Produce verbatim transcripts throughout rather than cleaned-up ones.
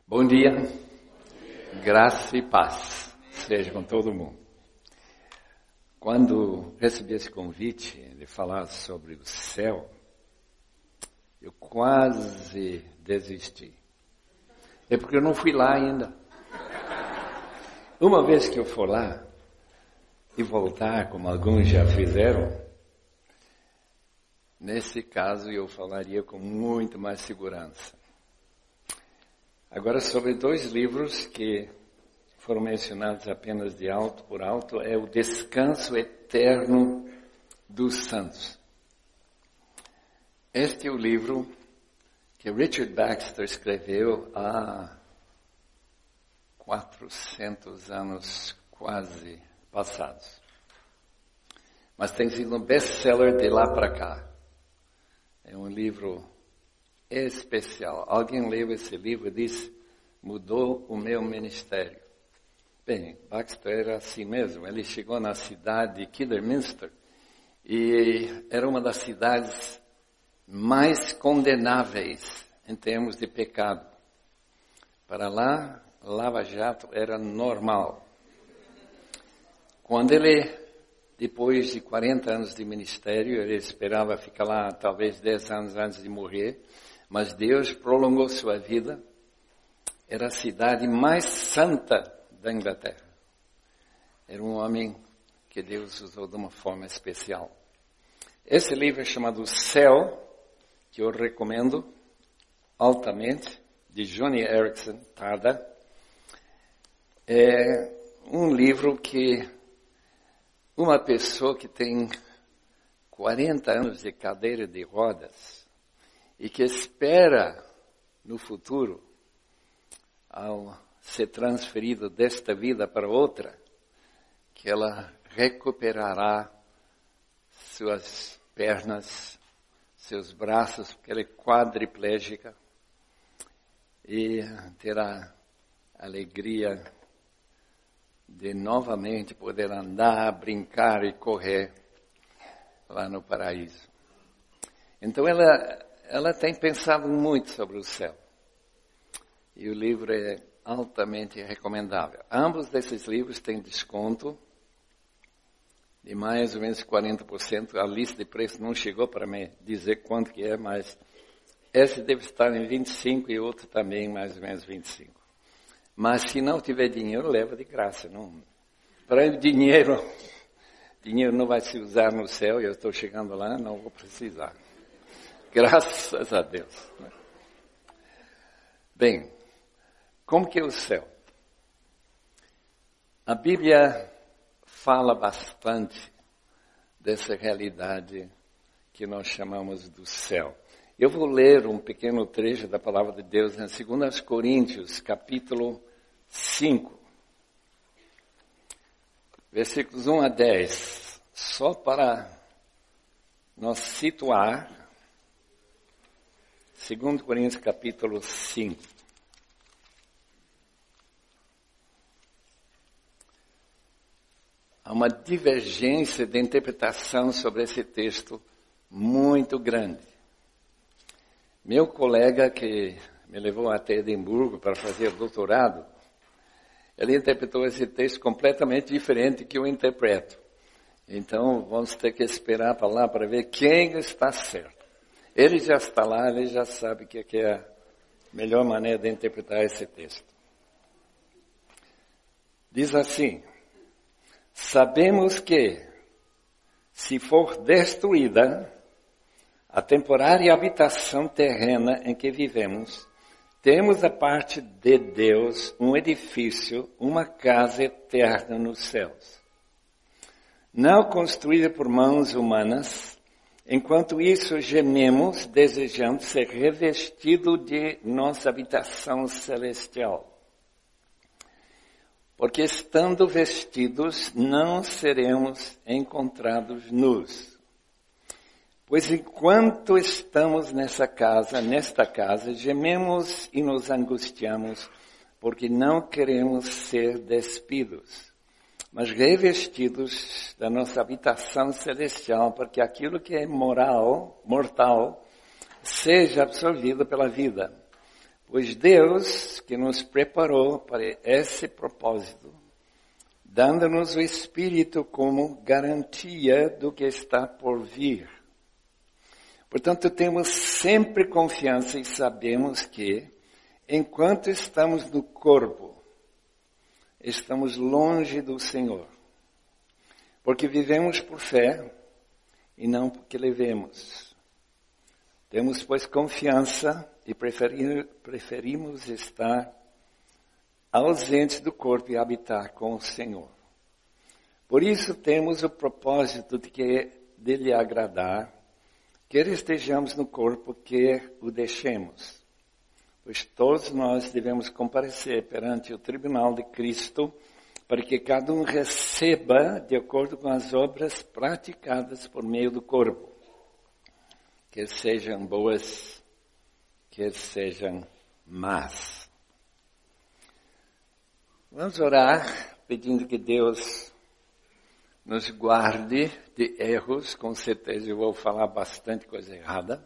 Bom dia, graça e paz seja com todo mundo. Quando recebi esse convite de falar sobre o céu, eu quase desisti. É porque eu não fui lá ainda. Uma vez que eu for lá e voltar, como alguns já fizeram, nesse caso eu falaria com muito mais segurança. Agora, sobre dois livros que foram mencionados apenas de alto por alto, é o Descanso Eterno dos Santos. Este é o livro que Richard Baxter escreveu há quatrocentos anos quase passados. Mas tem sido um best-seller de lá para cá. É um livro especial. Alguém leu esse livro e disse, mudou o meu ministério. Bem, Baxter era assim mesmo. Ele chegou na cidade de Kidderminster e era uma das cidades mais condenáveis em termos de pecado. Para lá, lava-jato era normal. Quando ele, depois de quarenta anos de ministério, ele esperava ficar lá talvez dez anos antes de morrer, mas Deus prolongou sua vida. Era a cidade mais santa da Inglaterra. Era um homem que Deus usou de uma forma especial. Esse livro é chamado Céu, que eu recomendo altamente, de Joni Eareckson Tada. É um livro que uma pessoa que tem quarenta anos de cadeira de rodas e que espera no futuro, ao ser transferido desta vida para outra, que ela recuperará suas pernas, seus braços, porque ela é quadriplégica, e terá a alegria de novamente poder andar, brincar e correr lá no paraíso. Então ela, ela tem pensado muito sobre o céu. E o livro é altamente recomendável. Ambos desses livros têm desconto de mais ou menos quarenta por cento. A lista de preço não chegou para me dizer quanto que é, mas esse deve estar em vinte e cinco por cento e outro também mais ou menos vinte e cinco por cento. Mas se não tiver dinheiro, leva de graça. Não. Para ele, dinheiro, dinheiro não vai se usar no céu, eu estou chegando lá, não vou precisar. Graças a Deus. Bem, como que é o céu? A Bíblia fala bastante dessa realidade que nós chamamos do céu. Eu vou ler um pequeno trecho da palavra de Deus em dois Coríntios, capítulo cinco, versículos um a dez, só para nós situar. dois Coríntios, capítulo cinco. Há uma divergência de interpretação sobre esse texto muito grande. Meu colega que me levou até Edimburgo para fazer doutorado, ele interpretou esse texto completamente diferente do que eu interpreto. Então, vamos ter que esperar para lá para ver quem está certo. Ele já está lá, ele já sabe que é a melhor maneira de interpretar esse texto. Diz assim, sabemos que, se for destruída a temporária habitação terrena em que vivemos, temos da parte de Deus um edifício, uma casa eterna nos céus. Não construída por mãos humanas, enquanto isso gememos, desejando ser revestido de nossa habitação celestial. Porque estando vestidos, não seremos encontrados nus. Pois enquanto estamos nessa casa, nesta casa, gememos e nos angustiamos, porque não queremos ser despidos, mas revestidos da nossa habitação celestial, porque aquilo que é moral, mortal, seja absorvido pela vida. Pois Deus que nos preparou para esse propósito, dando-nos o Espírito como garantia do que está por vir. Portanto, temos sempre confiança e sabemos que, enquanto estamos no corpo, estamos longe do Senhor. Porque vivemos por fé e não porque le vemos. Temos, pois, confiança e preferir, preferimos estar ausentes do corpo e habitar com o Senhor. Por isso temos o propósito de, que, de lhe agradar, quer estejamos no corpo, quer o deixemos. Pois todos nós devemos comparecer perante o tribunal de Cristo, para que cada um receba de acordo com as obras praticadas por meio do corpo. Quer sejam boas, quer sejam más. Vamos orar pedindo que Deus nos guarde de erros. Com certeza eu vou falar bastante coisa errada.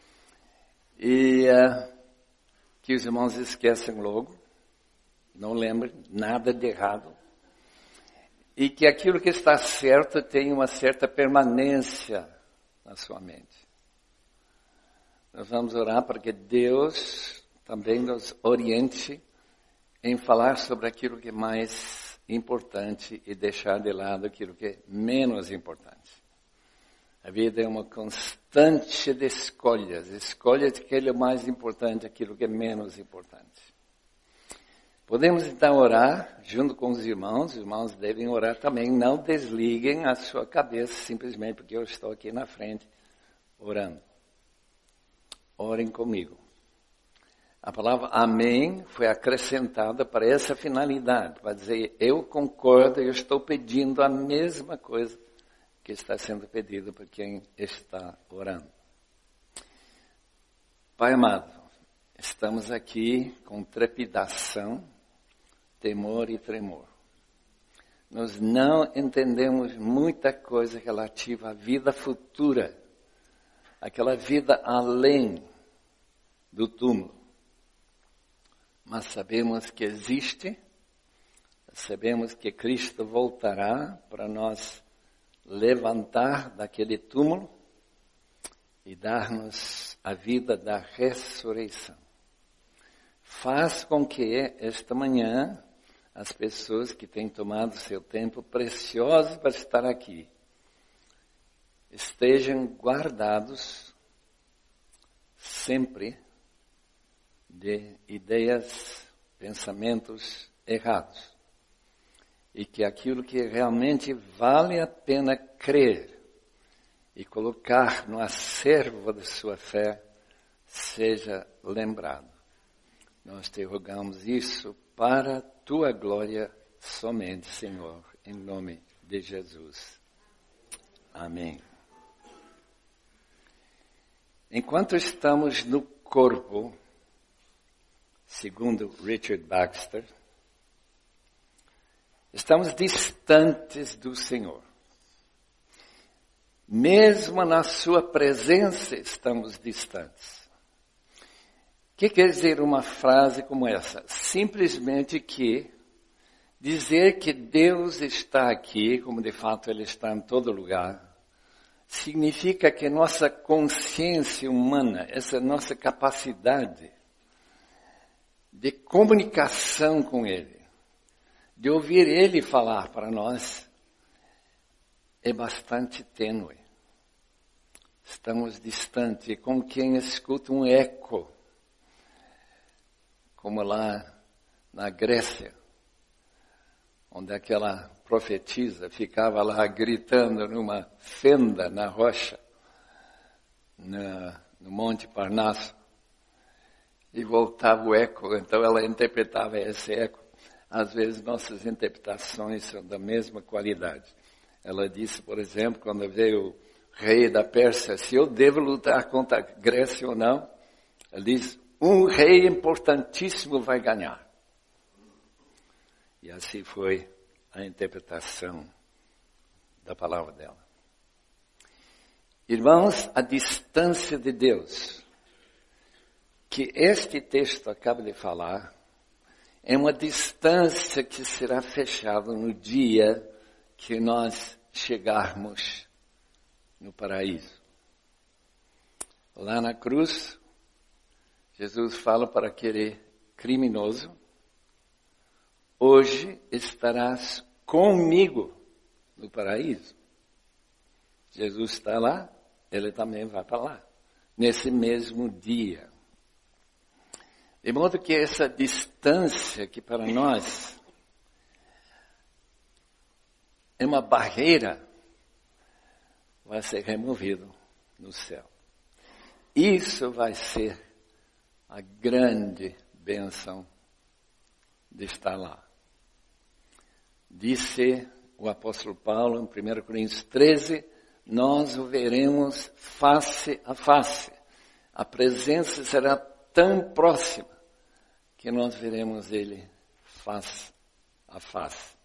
E uh, que os irmãos esqueçam logo. Não lembrem nada de errado. E que aquilo que está certo tenha uma certa permanência na sua mente. Nós vamos orar para que Deus também nos oriente em falar sobre aquilo que é mais importante e deixar de lado aquilo que é menos importante. A vida é uma constante de escolhas. Escolha aquilo mais importante, aquilo que é menos importante. Podemos então orar junto com os irmãos. Os irmãos devem orar também. Não desliguem a sua cabeça simplesmente porque eu estou aqui na frente orando. Orem comigo. A palavra amém foi acrescentada para essa finalidade, para dizer, eu concordo, eu estou pedindo a mesma coisa que está sendo pedida por quem está orando. Pai amado, estamos aqui com trepidação, temor e tremor. Nós não entendemos muita coisa relativa à vida futura, aquela vida além do túmulo. Mas sabemos que existe, sabemos que Cristo voltará para nós levantar daquele túmulo e dar-nos a vida da ressurreição. Faz com que esta manhã as pessoas que têm tomado seu tempo precioso para estar aqui estejam guardados sempre de ideias, pensamentos errados. E que aquilo que realmente vale a pena crer e colocar no acervo da sua fé seja lembrado. Nós te rogamos isso para a tua glória somente, Senhor, em nome de Jesus. Amém. Enquanto estamos no corpo, segundo Richard Baxter, estamos distantes do Senhor. Mesmo na sua presença estamos distantes. O que quer dizer uma frase como essa? Simplesmente que dizer que Deus está aqui, como de fato Ele está em todo lugar, significa que nossa consciência humana, essa nossa capacidade de comunicação com Ele, de ouvir Ele falar para nós, é bastante tênue. Estamos distantes, como quem escuta um eco, como lá na Grécia, onde aquela profetisa ficava lá gritando numa fenda na rocha, na, no Monte Parnaso, e voltava o eco, então ela interpretava esse eco. Às vezes nossas interpretações são da mesma qualidade. Ela disse, por exemplo, quando veio o rei da Pérsia, se eu devo lutar contra a Grécia ou não, ela diz, um rei importantíssimo vai ganhar. E assim foi a interpretação da palavra dela. Irmãos, a distância de Deus. O que este texto acaba de falar é uma distância que será fechada no dia que nós chegarmos no paraíso. Lá na cruz, Jesus fala para aquele criminoso: hoje estarás comigo no paraíso. Jesus está lá, ele também vai para lá, nesse mesmo dia. De modo que essa distância que para nós é uma barreira, vai ser removido no céu. Isso vai ser a grande bênção de estar lá. Disse o apóstolo Paulo em primeira Coríntios treze, nós o veremos face a face. A presença será tão próxima que nós veremos ele face a face.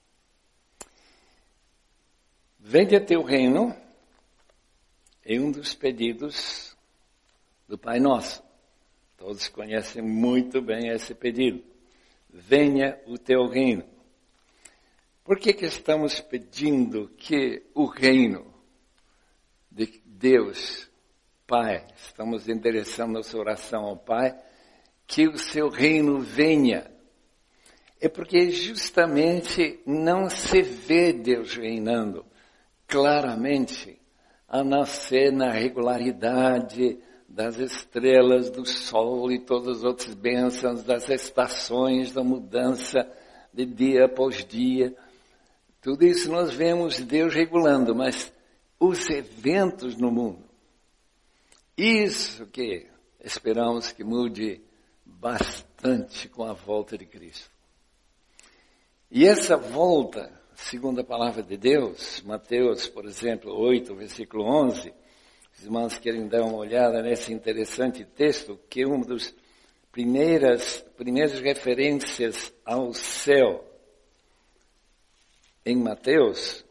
Venha teu reino é um dos pedidos do Pai Nosso. Todos conhecem muito bem esse pedido. Venha o teu reino. Por que que estamos pedindo que o reino de Deus, Pai, estamos endereçando nossa oração ao Pai, que o seu reino venha? É porque justamente não se vê Deus reinando claramente, a não ser na regularidade das estrelas, do sol e todas as outras bênçãos, das estações, da mudança de dia após dia. Tudo isso nós vemos Deus regulando, mas os eventos no mundo, isso que esperamos que mude bastante com a volta de Cristo. E essa volta, segundo a palavra de Deus, Mateus, por exemplo, oito, versículo onze, os irmãos querem dar uma olhada nesse interessante texto, que é uma das primeiras, primeiras referências ao céu em Mateus.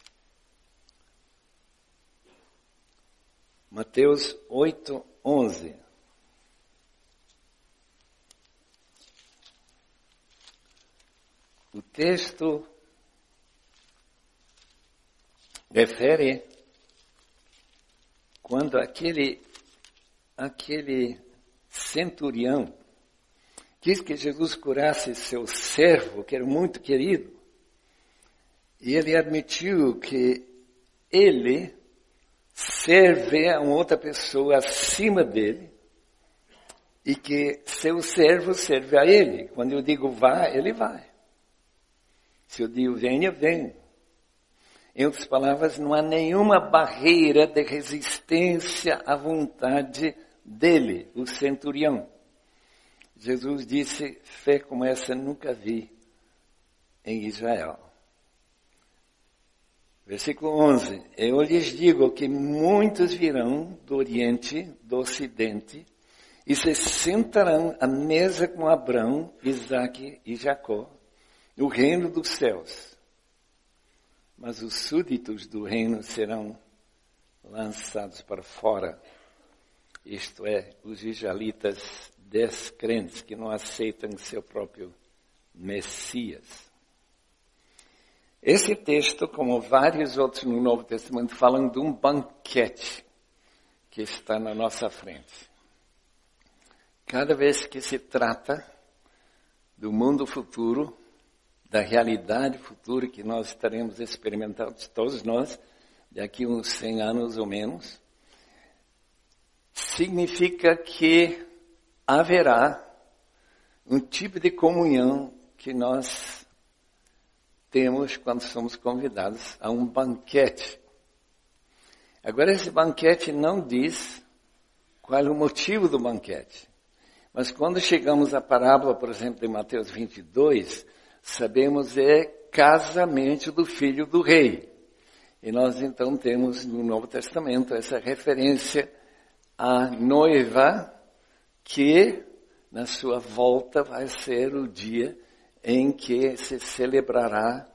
Mateus oito, onze. O texto refere quando aquele, aquele centurião quis que Jesus curasse seu servo, que era muito querido, e ele admitiu que ele serve a uma outra pessoa acima dele e que seu servo serve a ele. Quando eu digo vá, ele vai. Se eu digo venha, vem. Em outras palavras, não há nenhuma barreira de resistência à vontade dele, o centurião. Jesus disse, fé como essa nunca vi em Israel. Versículo onze, eu lhes digo que muitos virão do Oriente, do Ocidente, e se sentarão à mesa com Abraão, Isaque e Jacó, no reino dos céus. Mas os súditos do reino serão lançados para fora. Isto é, os israelitas descrentes que não aceitam seu próprio Messias. Esse texto, como vários outros no Novo Testamento, falam de um banquete que está na nossa frente. Cada vez que se trata do mundo futuro, da realidade futura que nós estaremos experimentando, todos nós, daqui a uns cem anos ou menos, significa que haverá um tipo de comunhão que nós temos quando somos convidados a um banquete. Agora, esse banquete não diz qual é o motivo do banquete. Mas quando chegamos à parábola, por exemplo, de Mateus vinte e dois, sabemos é casamento do filho do rei. E nós então temos no Novo Testamento essa referência à noiva que na sua volta vai ser o dia em que se celebrará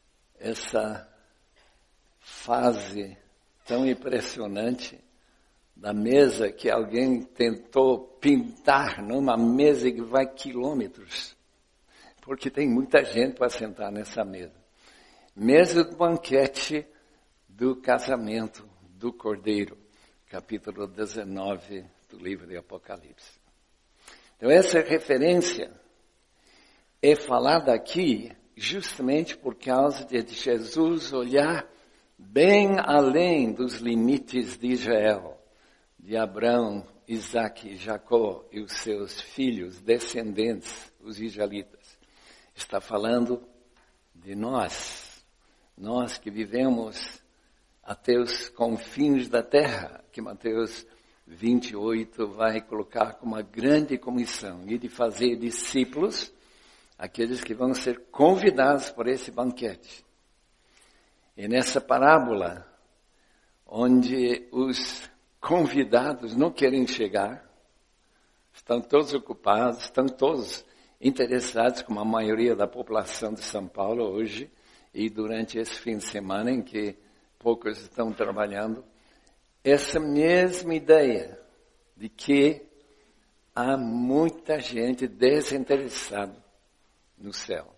essa fase tão impressionante da mesa que alguém tentou pintar numa mesa que vai quilômetros, porque tem muita gente para sentar nessa mesa. Mesa do banquete do casamento do Cordeiro, capítulo dezenove do livro de Apocalipse. Então essa referência é falada aqui justamente por causa de Jesus olhar bem além dos limites de Israel, de Abraão, Isaque e Jacó e os seus filhos, descendentes, os israelitas. Está falando de nós, nós que vivemos até os confins da terra, que Mateus vinte e oito vai colocar como uma grande comissão, e de fazer discípulos, aqueles que vão ser convidados por esse banquete. E nessa parábola, onde os convidados não querem chegar, estão todos ocupados, estão todos interessados, como a maioria da população de São Paulo hoje, e durante esse fim de semana em que poucos estão trabalhando, essa mesma ideia de que há muita gente desinteressada no céu.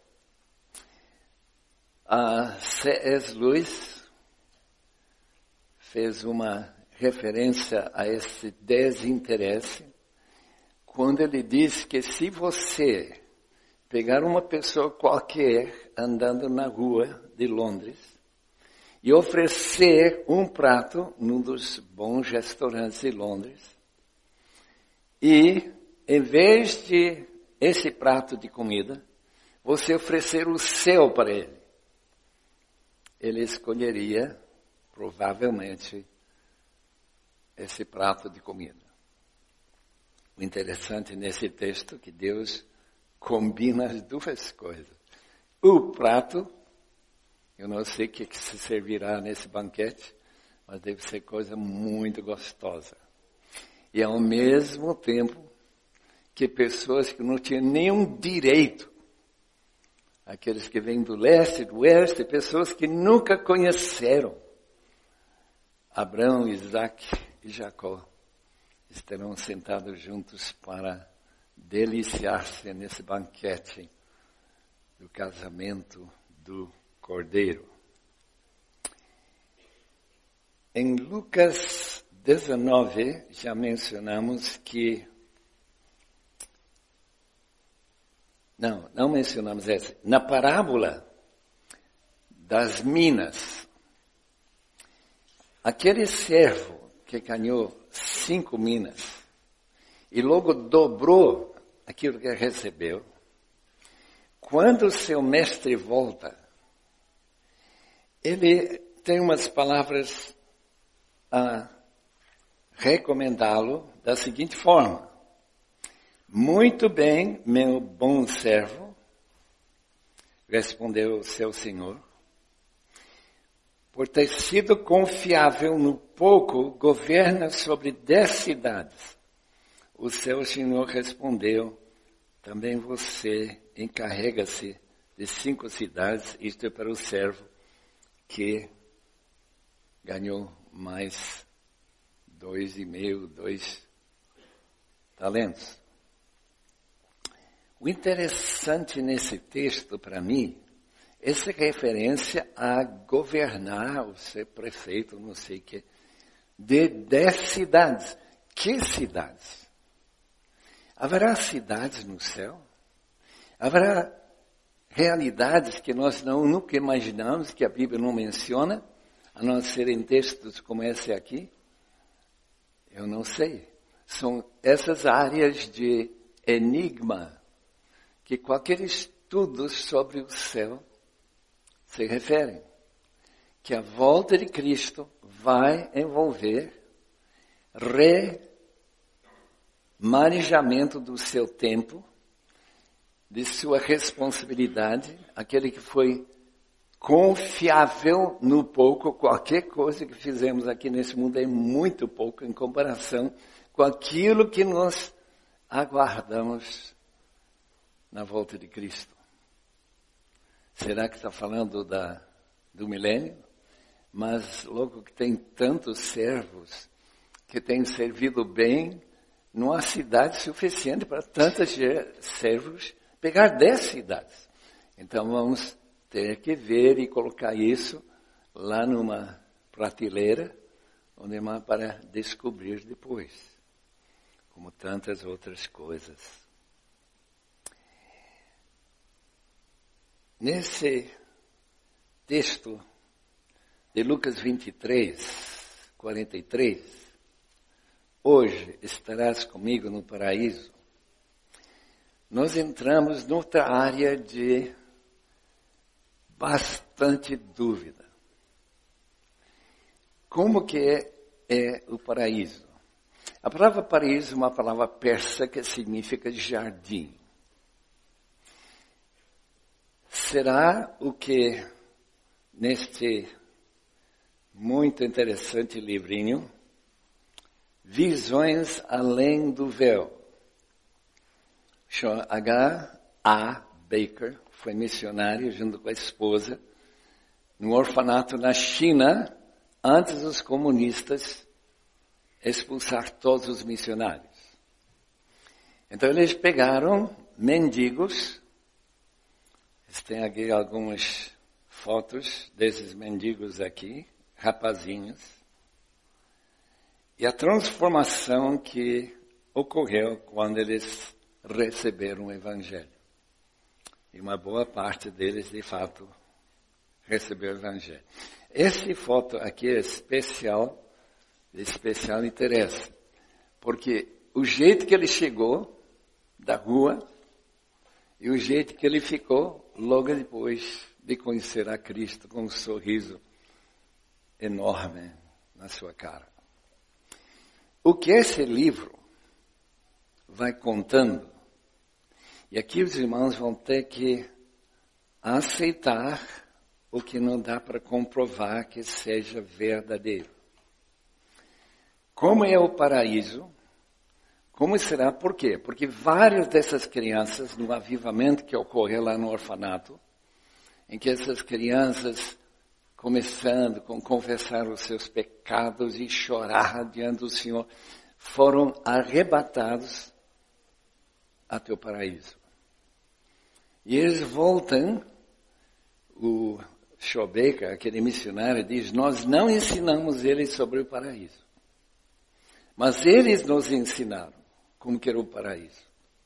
A C S Lewis fez uma referência a esse desinteresse quando ele diz que se você pegar uma pessoa qualquer andando na rua de Londres e oferecer um prato num dos bons restaurantes de Londres e, em vez de esse prato de comida, você oferecer o céu para ele, ele escolheria, provavelmente, esse prato de comida. O interessante nesse texto é que Deus combina as duas coisas. O prato, eu não sei o que se servirá nesse banquete, mas deve ser coisa muito gostosa. E ao mesmo tempo que pessoas que não tinham nenhum direito, aqueles que vêm do leste, do oeste, pessoas que nunca conheceram Abraão, Isaque e Jacó, estarão sentados juntos para deliciar-se nesse banquete do casamento do Cordeiro. Em Lucas dezenove, já mencionamos que... Não, não mencionamos essa. Na parábola das minas, aquele servo que ganhou cinco minas e logo dobrou aquilo que recebeu, quando seu mestre volta, ele tem umas palavras a recomendá-lo da seguinte forma: muito bem, meu bom servo, respondeu seu senhor, por ter sido confiável no pouco, governa sobre dez cidades. O seu senhor respondeu, também você encarrega-se de cinco cidades, isto é para o servo que ganhou mais dois e meio, dois talentos. O interessante nesse texto, para mim, essa referência a governar, ou ser prefeito, não sei o que, de dez cidades. Que cidades? Haverá cidades no céu? Haverá realidades que nós não, nunca imaginamos, que a Bíblia não menciona, a não ser em textos como esse aqui? Eu não sei. São essas áreas de enigma que qualquer estudo sobre o céu se refere. Que a volta de Cristo vai envolver remanejamento do seu tempo, de sua responsabilidade, aquele que foi confiável no pouco. Qualquer coisa que fizemos aqui nesse mundo é muito pouco em comparação com aquilo que nós aguardamos na volta de Cristo. Será que está falando da, do milênio? Mas logo que tem tantos servos que tem servido bem, não há cidade suficiente para tantos servos pegar dez cidades. Então vamos ter que ver e colocar isso lá numa prateleira, onde é para descobrir depois, como tantas outras coisas. Nesse texto de Lucas vinte e três, quarenta e três, hoje estarás comigo no paraíso, nós entramos noutra área de bastante dúvida. Como que é, é o paraíso? A palavra paraíso é uma palavra persa que significa jardim. Será o que neste muito interessante livrinho, Visões Além do Véu. H A Baker foi missionário junto com a esposa num orfanato na China, antes dos comunistas expulsar todos os missionários. Então eles pegaram mendigos. Tem aqui algumas fotos desses mendigos aqui, rapazinhos. E a transformação que ocorreu quando eles receberam o Evangelho. E uma boa parte deles, de fato, recebeu o Evangelho. Essa foto aqui é especial, de especial interesse. Porque o jeito que ele chegou da rua e o jeito que ele ficou logo depois de conhecer a Cristo com um sorriso enorme na sua cara. O que esse livro vai contando, e aqui os irmãos vão ter que aceitar o que não dá para comprovar que seja verdadeiro. Como é o paraíso? Como será? Por quê? Porque várias dessas crianças, no avivamento que ocorreu lá no orfanato, em que essas crianças, começando com confessar os seus pecados e chorar diante do Senhor, foram arrebatados até o paraíso. E eles voltam, o Shobeika, aquele missionário, diz, nós não ensinamos eles sobre o paraíso. Mas eles nos ensinaram como que era o paraíso.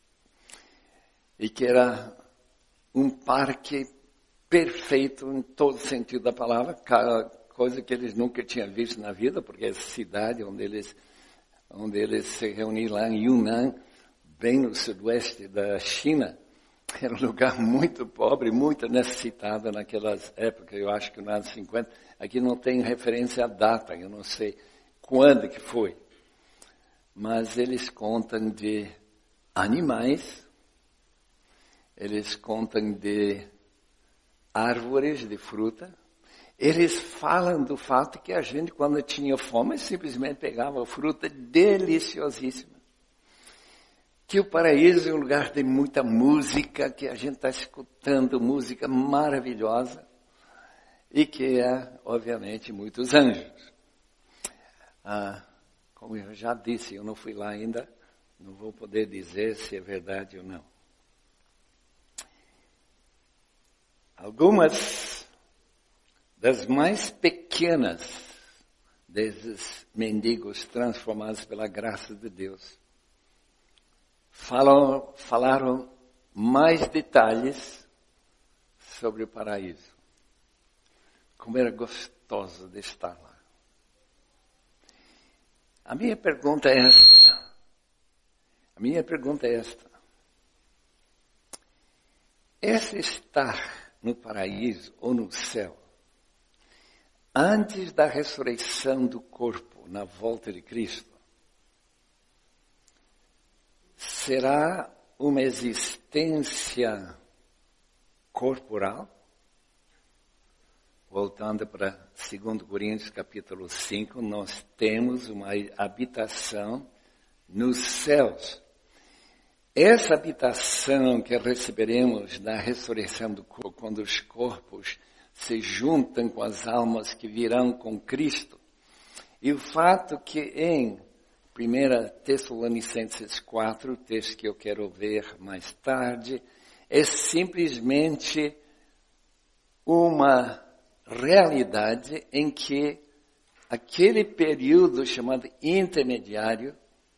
E que era um parque perfeito em todo sentido da palavra, coisa que eles nunca tinham visto na vida, porque essa cidade onde eles, onde eles se reuniram lá em Yunnan, bem no sudoeste da China, era um lugar muito pobre, muito necessitado naquelas épocas, eu acho que nos anos cinquenta. Aqui não tem referência à data, eu não sei quando que foi. Mas eles contam de animais, eles contam de árvores de fruta, eles falam do fato que a gente, quando tinha fome, simplesmente pegava fruta deliciosíssima. Que o paraíso é um lugar de muita música, que a gente está escutando música maravilhosa, e que é, obviamente, muitos anjos. Ah, Como eu já disse, eu não fui lá ainda, não vou poder dizer se é verdade ou não. Algumas das mais pequenas desses mendigos transformados pela graça de Deus falam, falaram mais detalhes sobre o paraíso. Como era gostoso de estar lá. A minha pergunta é esta. A minha pergunta é esta. Esse estar no paraíso ou no céu, antes da ressurreição do corpo na volta de Cristo, será uma existência corporal? Voltando para dois Coríntios capítulo cinco, nós temos uma habitação nos céus. Essa habitação que receberemos na ressurreição do corpo, quando os corpos se juntam com as almas que virão com Cristo, e o fato que em primeira Tessalonicenses quatro, texto que eu quero ver mais tarde, é simplesmente uma realidade em que aquele período chamado intermediário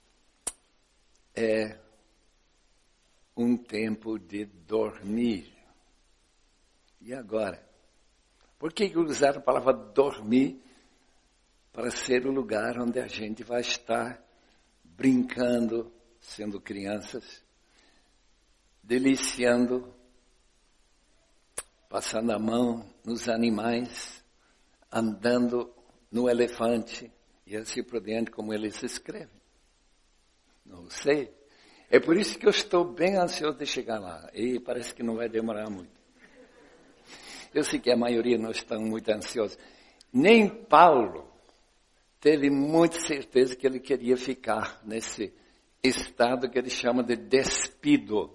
é um tempo de dormir. E agora? Por que usar a palavra dormir para ser o lugar onde a gente vai estar brincando, sendo crianças, deliciando, passando a mão nos animais, andando no elefante e assim por diante, como eles escrevem? Não sei. É por isso que eu estou bem ansioso de chegar lá. E parece que não vai demorar muito. Eu sei que a maioria não está muito ansiosa. Nem Paulo teve muita certeza que ele queria ficar nesse estado que ele chama de despido.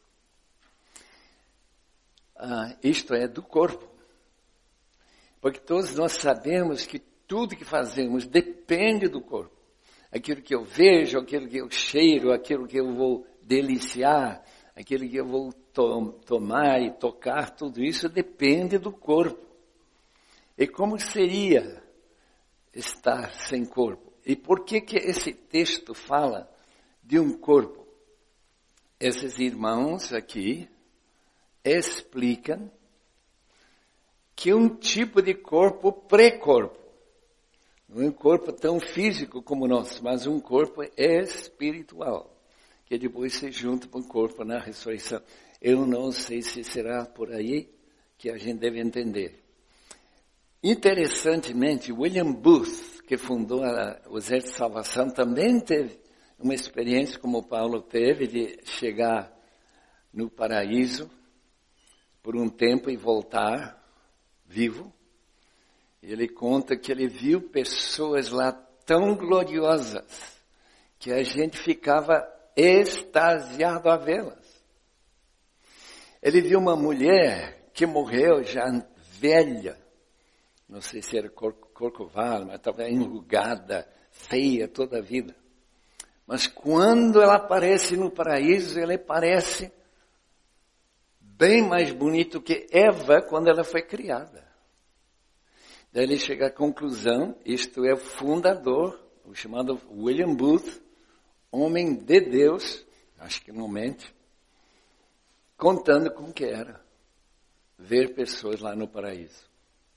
Ah, isto é do corpo. Porque todos nós sabemos que tudo que fazemos depende do corpo. Aquilo que eu vejo, aquilo que eu cheiro, aquilo que eu vou deliciar, aquilo que eu vou to- tomar e tocar, tudo isso depende do corpo. E como seria estar sem corpo? E por que que esse texto fala de um corpo? Esses irmãos aqui explicam que um tipo de corpo pré-corpo, não é um corpo tão físico como o nosso, mas um corpo espiritual, que depois se junta com o corpo na ressurreição. Eu não sei se será por aí que a gente deve entender. Interessantemente, William Booth, que fundou a, o Exército de Salvação, também teve uma experiência como Paulo teve de chegar no paraíso por um tempo e voltar vivo. Ele conta que ele viu pessoas lá tão gloriosas que a gente ficava extasiado a vê-las. Ele viu uma mulher que morreu já velha, não sei se era cor- corcovado, mas estava enrugada, feia toda a vida. Mas quando ela aparece no paraíso, ela parece bem mais bonito que Eva quando ela foi criada. Daí ele chega à conclusão, isto é o fundador, o chamado William Booth, homem de Deus, acho que não mente, contando como que era ver pessoas lá no paraíso.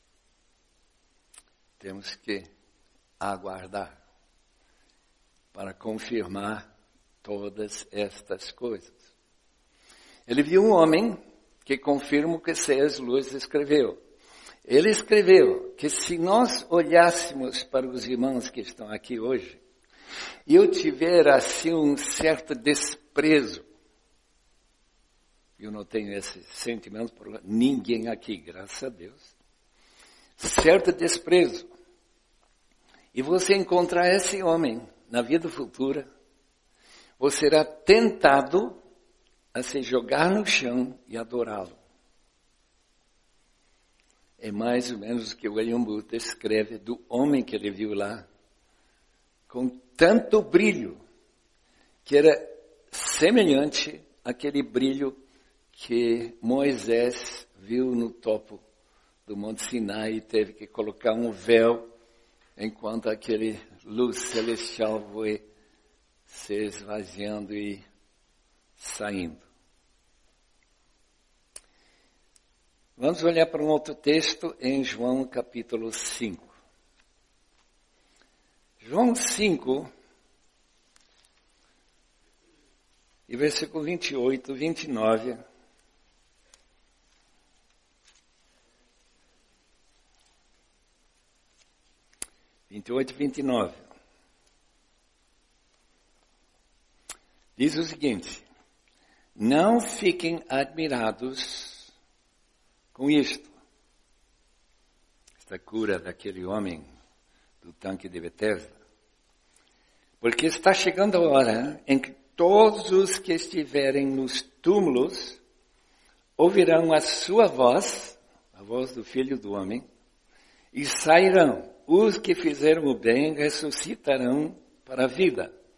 Temos que aguardar para confirmar todas estas coisas. Ele viu um homem que confirma o que C S Lewis escreveu. Ele escreveu que se nós olhássemos para os irmãos que estão aqui hoje, e eu tiver assim um certo desprezo, eu não tenho esse sentimento por ninguém aqui, graças a Deus, certo desprezo, e você encontrar esse homem na vida futura, você será tentado a se jogar no chão e adorá-lo. É mais ou menos o que William Booth escreve do homem que ele viu lá, com tanto brilho, que era semelhante àquele brilho que Moisés viu no topo do Monte Sinai e teve que colocar um véu enquanto aquele luz celestial foi se esvaziando e saindo. Vamos olhar para um outro texto em João capítulo cinco. João cinco, e versículo vinte e oito, vinte e nove. vinte e oito e vinte e nove. Diz o seguinte: não fiquem admirados com isto. Esta cura daquele homem do tanque de Betesda. Porque está chegando a hora em que todos os que estiverem nos túmulos ouvirão a sua voz, a voz do Filho do Homem, e sairão. Os que fizeram o bem ressuscitarão para a vida.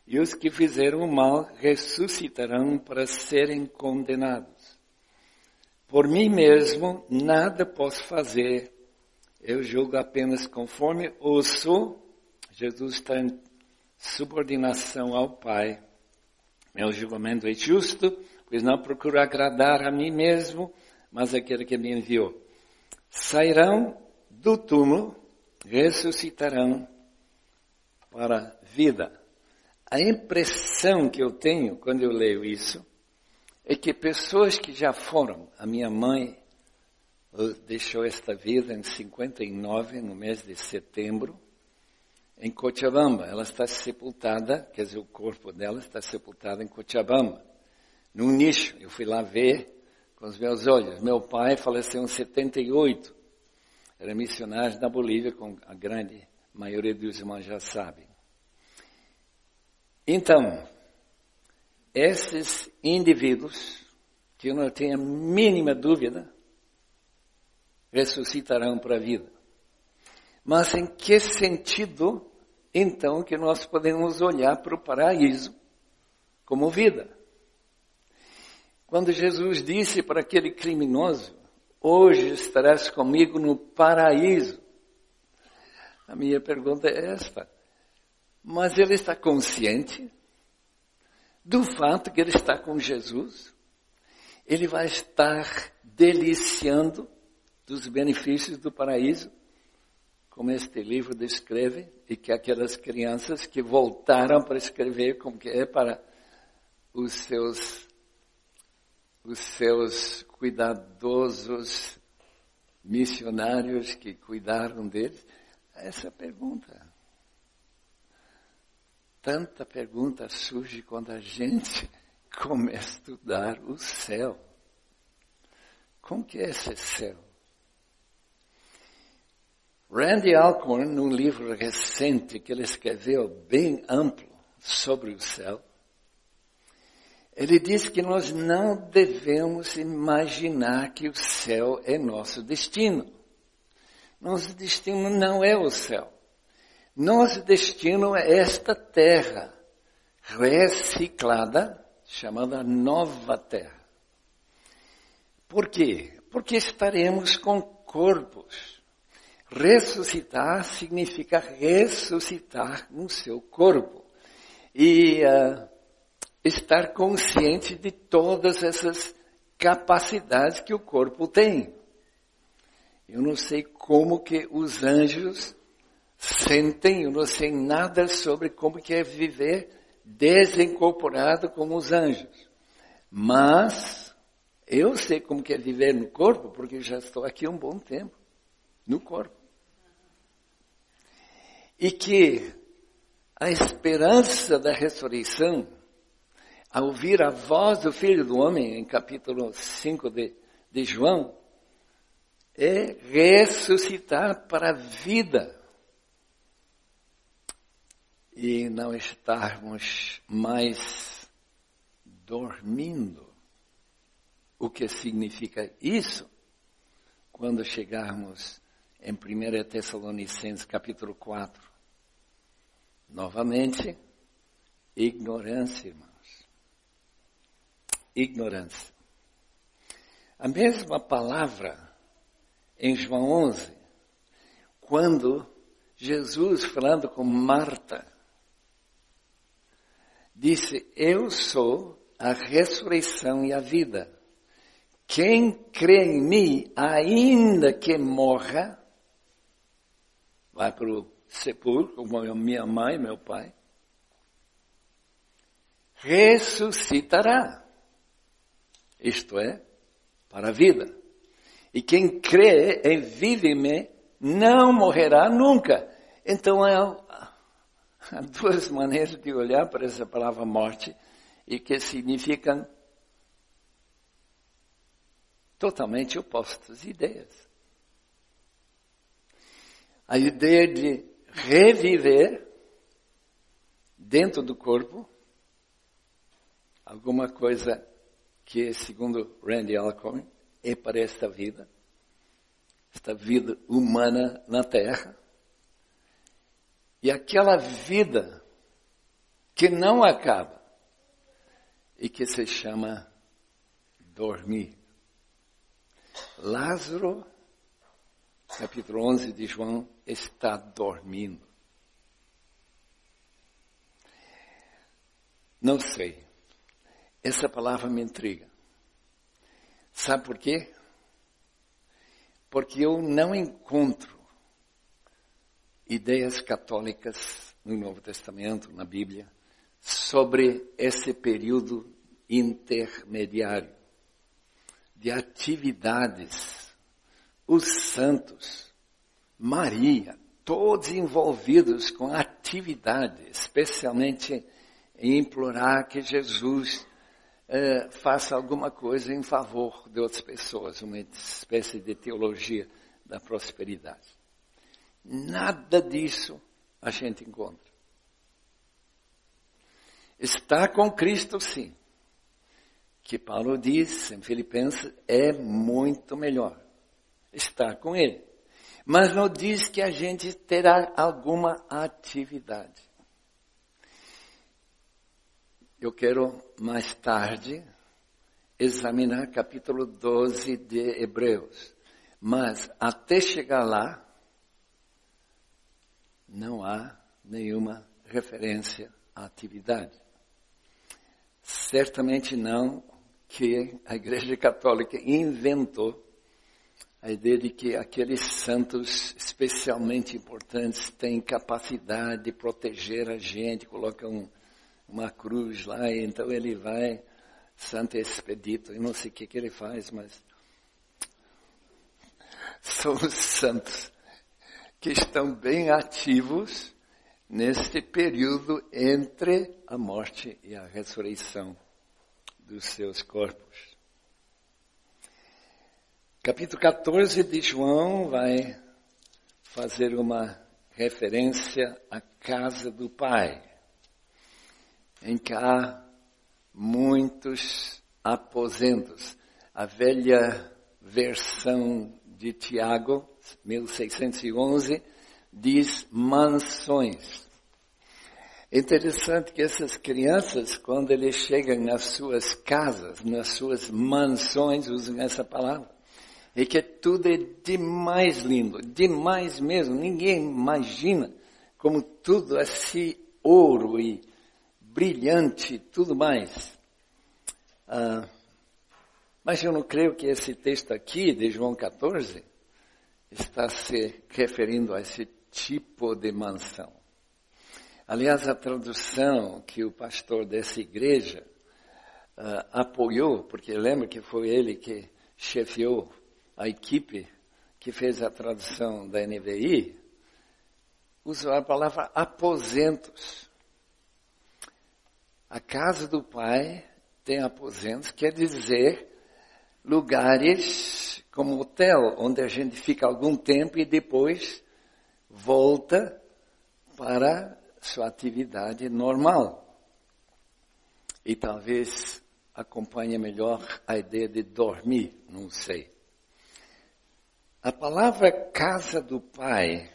e os que fizeram o mal ressuscitarão para serem condenados. Por mim mesmo nada posso fazer, eu julgo apenas conforme ouço. Jesus está em subordinação ao Pai. Meu julgamento é justo, pois não procuro agradar a mim mesmo, mas aquele que me enviou. Sairão do túmulo, ressuscitarão para a vida. A impressão que eu tenho quando eu leio isso é que pessoas que já foram, a minha mãe deixou esta vida em cinquenta e nove, no mês de setembro, em Cochabamba. Ela está sepultada, quer dizer, o corpo dela está sepultado em Cochabamba, num nicho. Eu fui lá ver com os meus olhos. Meu pai faleceu em setenta e oito. Era missionário na Bolívia, como a grande maioria dos irmãos já sabem. Então, esses indivíduos, que eu não tenho a mínima dúvida, ressuscitarão para a vida. Mas em que sentido, então, que nós podemos olhar para o paraíso como vida? Quando Jesus disse para aquele criminoso, hoje estarás comigo no paraíso. A minha pergunta é esta. Mas ele está consciente do fato que ele está com Jesus? Ele vai estar deliciando dos benefícios do paraíso, como este livro descreve, e que aquelas crianças que voltaram para escrever como que é para os seus, os seus cuidadosos missionários que cuidaram deles. Essa pergunta. Tanta pergunta surge quando a gente começa a estudar o céu. Como que é esse céu? Randy Alcorn, num livro recente que ele escreveu bem amplo sobre o céu, ele diz que nós não devemos imaginar que o céu é nosso destino. Nosso destino não é o céu. Nosso destino é esta terra reciclada, chamada Nova Terra. Por quê? Porque estaremos com corpos. Ressuscitar significa ressuscitar no seu corpo. E uh, estar consciente de todas essas capacidades que o corpo tem. Eu não sei como que os anjos sentem, eu não sei nada sobre como que é viver desincorporado como os anjos. Mas eu sei como que é viver no corpo, porque já estou aqui há um bom tempo, no corpo. E que a esperança da ressurreição, ao ouvir a voz do Filho do Homem, em capítulo cinco de, de João, é ressuscitar para a vida. E não estarmos mais dormindo. O que significa isso? Quando chegarmos em primeira Tessalonicenses capítulo quatro. Novamente, ignorância, irmãos. Ignorância. A mesma palavra em João onze, quando Jesus, falando com Marta, disse, eu sou a ressurreição e a vida. Quem crê em mim, ainda que morra, vai para o sepulcro, como minha mãe e meu pai, ressuscitará. Isto é, para a vida. E quem crê em vive-me, não morrerá nunca. Então, é, há duas maneiras de olhar para essa palavra morte, e que significam totalmente opostas ideias. A ideia de reviver dentro do corpo, alguma coisa que, segundo Randy Alcorn, é para esta vida, esta vida humana na Terra. E aquela vida que não acaba e que se chama dormir. Lázaro, capítulo onze de João, está dormindo. Não sei. Essa palavra me intriga. Sabe por quê? Porque eu não encontro ideias católicas no Novo Testamento, na Bíblia, sobre esse período intermediário de atividades. Os santos, Maria, todos envolvidos com atividade, especialmente em implorar que Jesus eh, faça alguma coisa em favor de outras pessoas, uma espécie de teologia da prosperidade. Nada disso a gente encontra. Estar com Cristo, sim, que Paulo diz em Filipenses, é muito melhor estar com Ele. Mas não diz que a gente terá alguma atividade. Eu quero mais tarde examinar capítulo doze de Hebreus. Mas até chegar lá, não há nenhuma referência à atividade. Certamente não que a Igreja Católica inventou a ideia de que aqueles santos especialmente importantes têm capacidade de proteger a gente, colocam um, uma cruz lá e então ele vai, Santo Expedito, e não sei o que, que ele faz, mas são os santos que estão bem ativos neste período entre a morte e a ressurreição dos seus corpos. Capítulo quatorze de João vai fazer uma referência à casa do Pai, em que há muitos aposentos. A velha versão de Tiago, mil seiscentos e onze, diz mansões. É interessante que essas crianças, quando eles chegam nas suas casas, nas suas mansões, usam essa palavra, e que tudo é demais lindo, demais mesmo. Ninguém imagina como tudo assim, ouro e brilhante, tudo mais. Ah, mas eu não creio que esse texto aqui, de João quatorze, está se referindo a esse tipo de mansão. Aliás, a tradução que o pastor dessa igreja uh, apoiou, porque lembra que foi ele que chefiou a equipe que fez a tradução da N V I, usou a palavra aposentos. A casa do Pai tem aposentos, quer dizer lugares como hotel, onde a gente fica algum tempo e depois volta para sua atividade normal. E talvez acompanhe melhor a ideia de dormir, não sei. A palavra casa do Pai,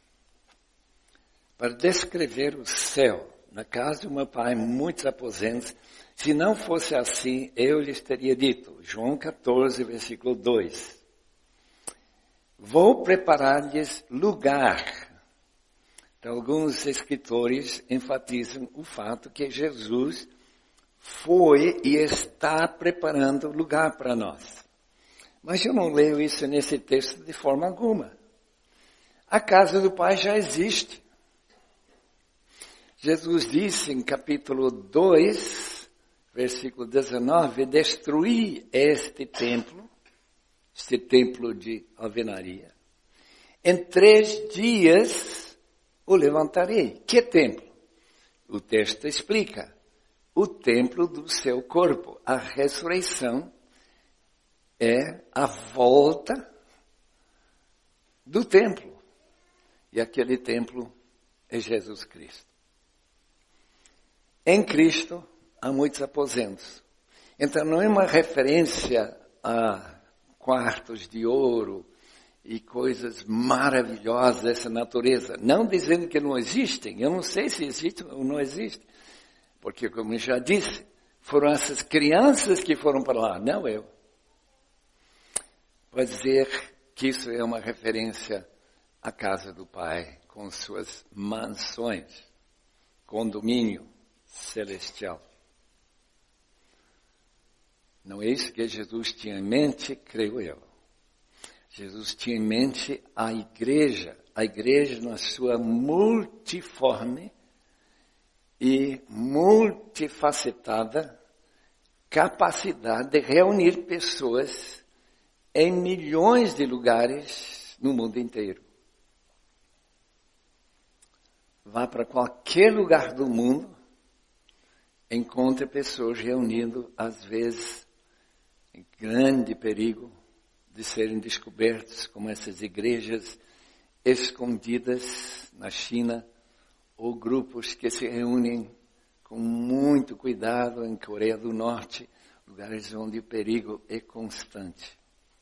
para descrever o céu, na casa do meu Pai, muitos aposentos. Se não fosse assim, eu lhes teria dito, João quatorze, versículo dois. Vou preparar-lhes lugar. Então, alguns escritores enfatizam o fato que Jesus foi e está preparando lugar para nós. Mas eu não leio isso nesse texto de forma alguma. A casa do Pai já existe. Jesus disse em capítulo dois, versículo dezenove, destruí este templo, este templo de alvenaria. Em três dias o levantarei. Que templo? O texto explica. O templo do seu corpo. A ressurreição é a volta do templo. E aquele templo é Jesus Cristo. Em Cristo há muitos aposentos. Então não é uma referência a quartos de ouro e coisas maravilhosas dessa natureza. Não dizendo que não existem. Eu não sei se existe ou não existe. Porque, como eu já disse, foram essas crianças que foram para lá, não eu. Pode dizer que isso é uma referência à casa do Pai, com suas mansões, condomínio celestial. Não é isso que Jesus tinha em mente, creio eu. Jesus tinha em mente a igreja, a igreja na sua multiforme e multifacetada capacidade de reunir pessoas em milhões de lugares no mundo inteiro. Vá para qualquer lugar do mundo, encontre pessoas reunindo, às vezes, em grande perigo de serem descobertos, como essas igrejas escondidas na China, ou grupos que se reúnem com muito cuidado em Coreia do Norte, lugares onde o perigo é constante.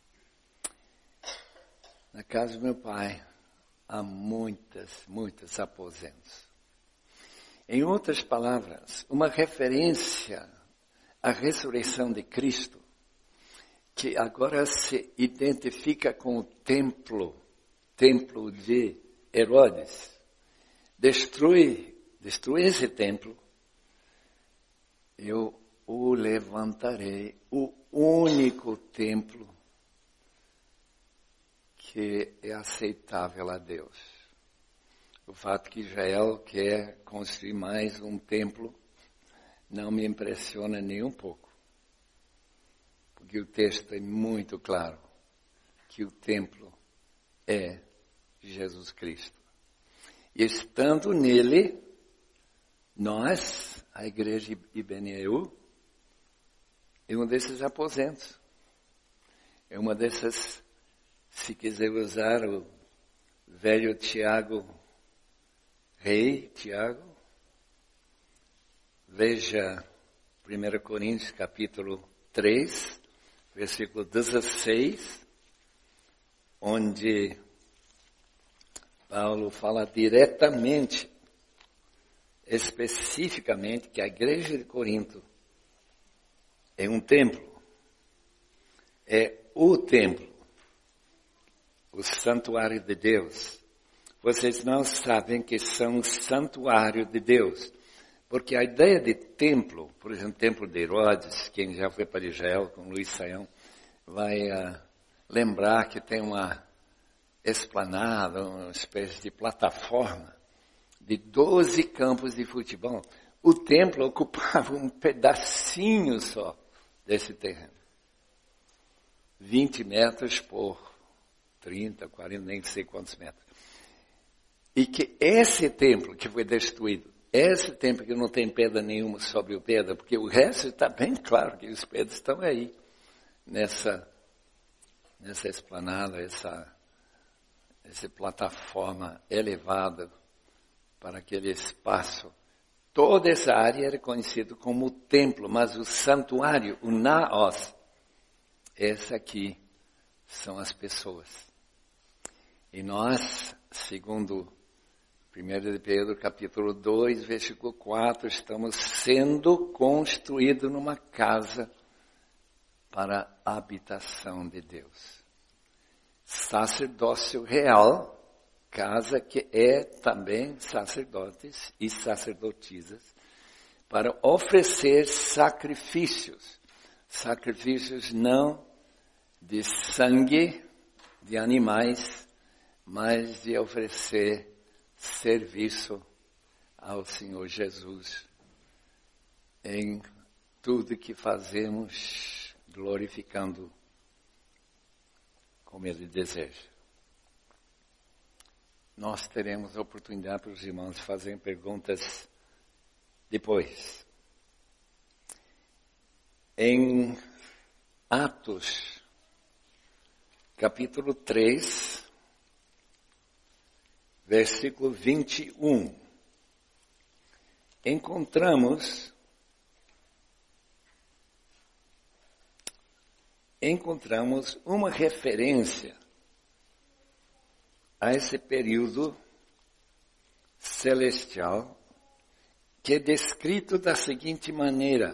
Na casa do meu pai, há muitas, muitos aposentos. Em outras palavras, uma referência à ressurreição de Cristo, que agora se identifica com o templo, templo de Herodes. Destrui, destrui esse templo, eu o levantarei, o único templo que é aceitável a Deus. O fato que Israel quer construir mais um templo não me impressiona nem um pouco. Porque o texto é muito claro que o templo é Jesus Cristo. E estando nele, nós, a igreja Ibeneu, é um desses aposentos. É uma dessas, se quiser usar o velho Tiago, rei Tiago, veja primeira Coríntios capítulo três, versículo dezesseis, onde Paulo fala diretamente, especificamente, que a igreja de Corinto é um templo, é o templo, o santuário de Deus. Vocês não sabem que são o santuário de Deus. Porque a ideia de templo, por exemplo, templo de Herodes, quem já foi para Israel com Luiz Saião, vai uh, lembrar que tem uma esplanada, uma espécie de plataforma de doze campos de futebol. O templo ocupava um pedacinho só desse terreno. vinte metros por trinta, quarenta, nem sei quantos metros. E que esse templo que foi destruído, esse templo que não tem pedra nenhuma sobre o pedra, porque o resto está bem claro que os pedras estão aí, nessa, nessa esplanada, essa, essa plataforma elevada para aquele espaço. Toda essa área era conhecida como o templo, mas o santuário, o naos, essa aqui são as pessoas. E nós, segundo primeiro de Pedro, capítulo dois, versículo quatro, estamos sendo construídos numa casa para a habitação de Deus. Sacerdócio real, casa que é também sacerdotes e sacerdotisas, para oferecer sacrifícios. Sacrifícios não de sangue de animais, mas de oferecer serviço ao Senhor Jesus em tudo que fazemos, glorificando como Ele deseja. Nós teremos a oportunidade para os irmãos fazerem perguntas depois. Em Atos, capítulo três, versículo vinte e um, encontramos, encontramos uma referência a esse período celestial que é descrito da seguinte maneira: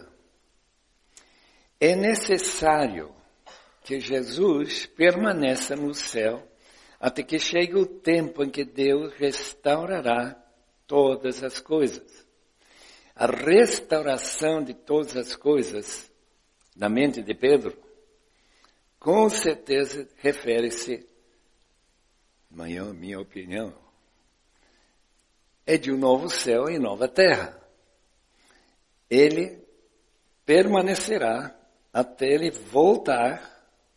é necessário que Jesus permaneça no céu até que chegue o tempo em que Deus restaurará todas as coisas. A restauração de todas as coisas, na mente de Pedro, com certeza refere-se, na minha opinião, é de um novo céu e nova terra. Ele permanecerá até ele voltar.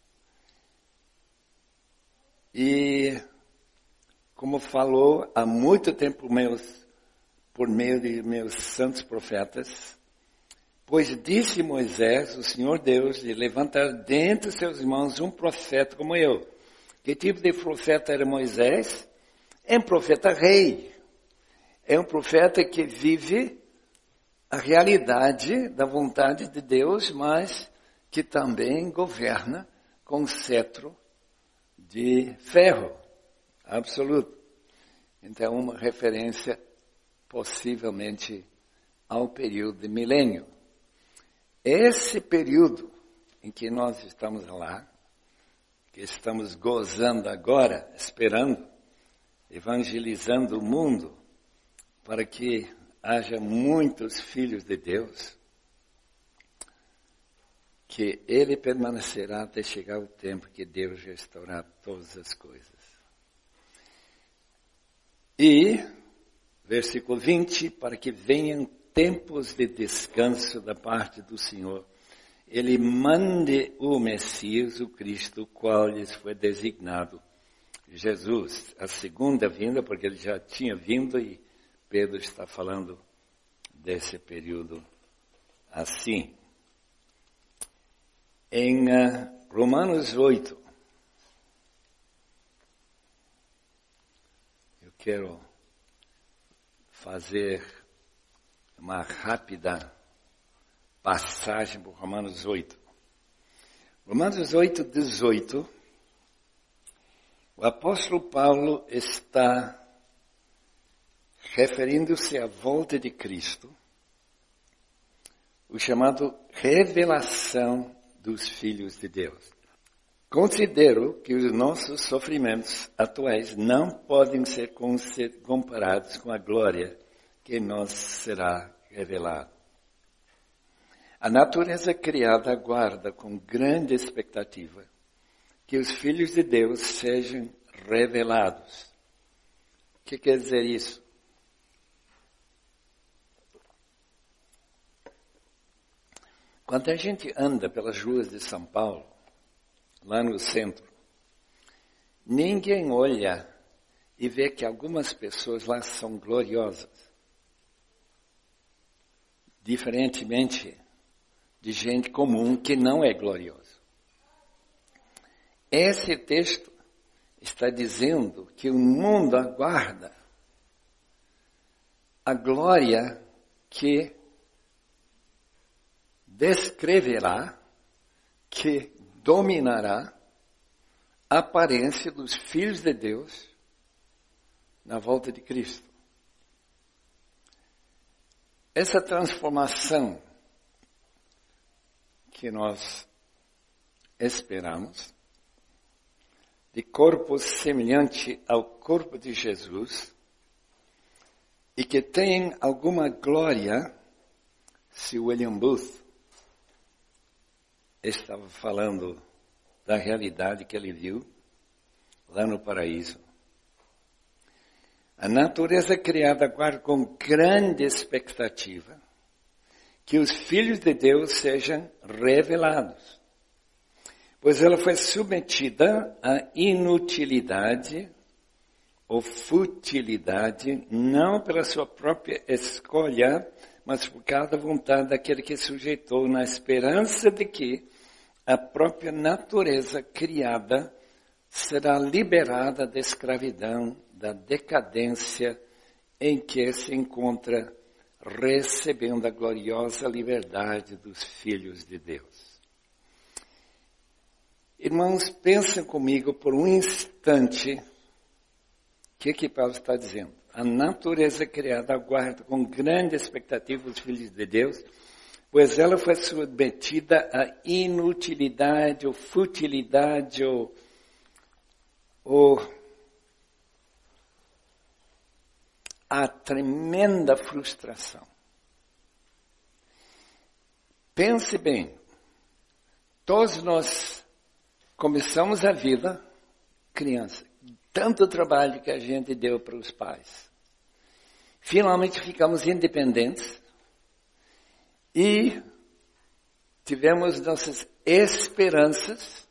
E, como falou há muito tempo meus, por meio de meus santos profetas, pois disse Moisés, o Senhor Deus, de levantar dentre seus irmãos um profeta como eu. Que tipo de profeta era Moisés? É um profeta rei. É um profeta que vive a realidade da vontade de Deus, mas que também governa com cetro de ferro, absoluto. Então, uma referência possivelmente ao período de milênio. Esse período em que nós estamos lá, que estamos gozando agora, esperando, evangelizando o mundo, para que haja muitos filhos de Deus, que ele permanecerá até chegar o tempo que Deus restaurar todas as coisas. E, versículo vinte, para que venham tempos de descanso da parte do Senhor, ele mande o Messias, o Cristo, o qual lhes foi designado, Jesus, a segunda vinda, porque ele já tinha vindo e Pedro está falando desse período assim. Em uh, Romanos oito, eu quero fazer uma rápida passagem por Romanos oito. Romanos oito, dezoito, o apóstolo Paulo está referindo-se à volta de Cristo, o chamado revelação dos filhos de Deus. Considero que os nossos sofrimentos atuais não podem ser comparados com a glória que nos será revelada. A natureza criada aguarda com grande expectativa que os filhos de Deus sejam revelados. O que quer dizer isso? Quando a gente anda pelas ruas de São Paulo, lá no centro, ninguém olha e vê que algumas pessoas lá são gloriosas. Diferentemente de gente comum que não é gloriosa. Esse texto está dizendo que o mundo aguarda a glória que descreverá, que dominará a aparência dos filhos de Deus na volta de Cristo. Essa transformação que nós esperamos, de corpo semelhante ao corpo de Jesus, e que tem alguma glória, se William Booth estava falando da realidade que ele viu lá no paraíso. A natureza criada aguarda com grande expectativa que os filhos de Deus sejam revelados, pois ela foi submetida à inutilidade ou futilidade, não pela sua própria escolha, mas por causa da vontade daquele que sujeitou, na esperança de que a própria natureza criada será liberada da escravidão, da decadência em que se encontra, recebendo a gloriosa liberdade dos filhos de Deus. Irmãos, pensem comigo por um instante o que que Paulo está dizendo. a natureza criada aguarda com grande expectativa os filhos de Deus, pois ela foi submetida à inutilidade ou futilidade ou, ou à tremenda frustração. Pense bem, todos nós começamos a vida criança, tanto trabalho que a gente deu para os pais. Finalmente ficamos independentes e tivemos nossas esperanças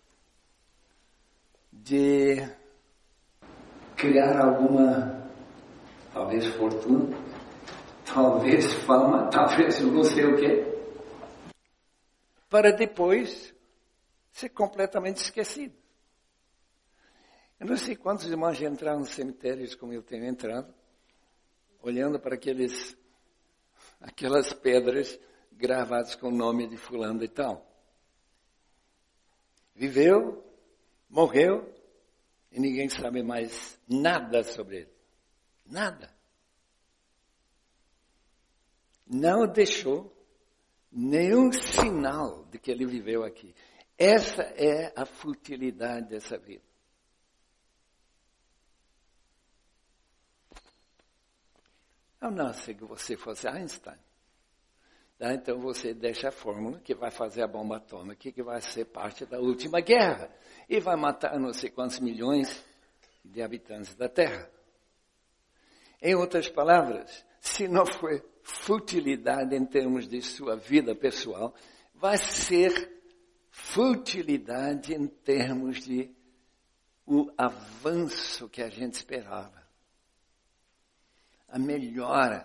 de criar alguma, talvez fortuna, talvez fama, talvez não sei o quê, para depois ser completamente esquecido. Eu não sei quantos irmãos já entraram nos cemitérios como eu tenho entrado, olhando para aqueles, aquelas pedras gravadas com o nome de fulano e tal. Viveu, morreu, e ninguém sabe mais nada sobre ele. Nada. Não deixou nenhum sinal de que ele viveu aqui. Essa é a futilidade dessa vida. Eu não sei que você fosse Einstein. Tá? Então você deixa a fórmula que vai fazer a bomba atômica, que vai ser parte da última guerra. E vai matar não sei quantos milhões de habitantes da Terra. Em outras palavras, se não for futilidade em termos de sua vida pessoal, vai ser futilidade em termos de o avanço que a gente esperava. A melhora.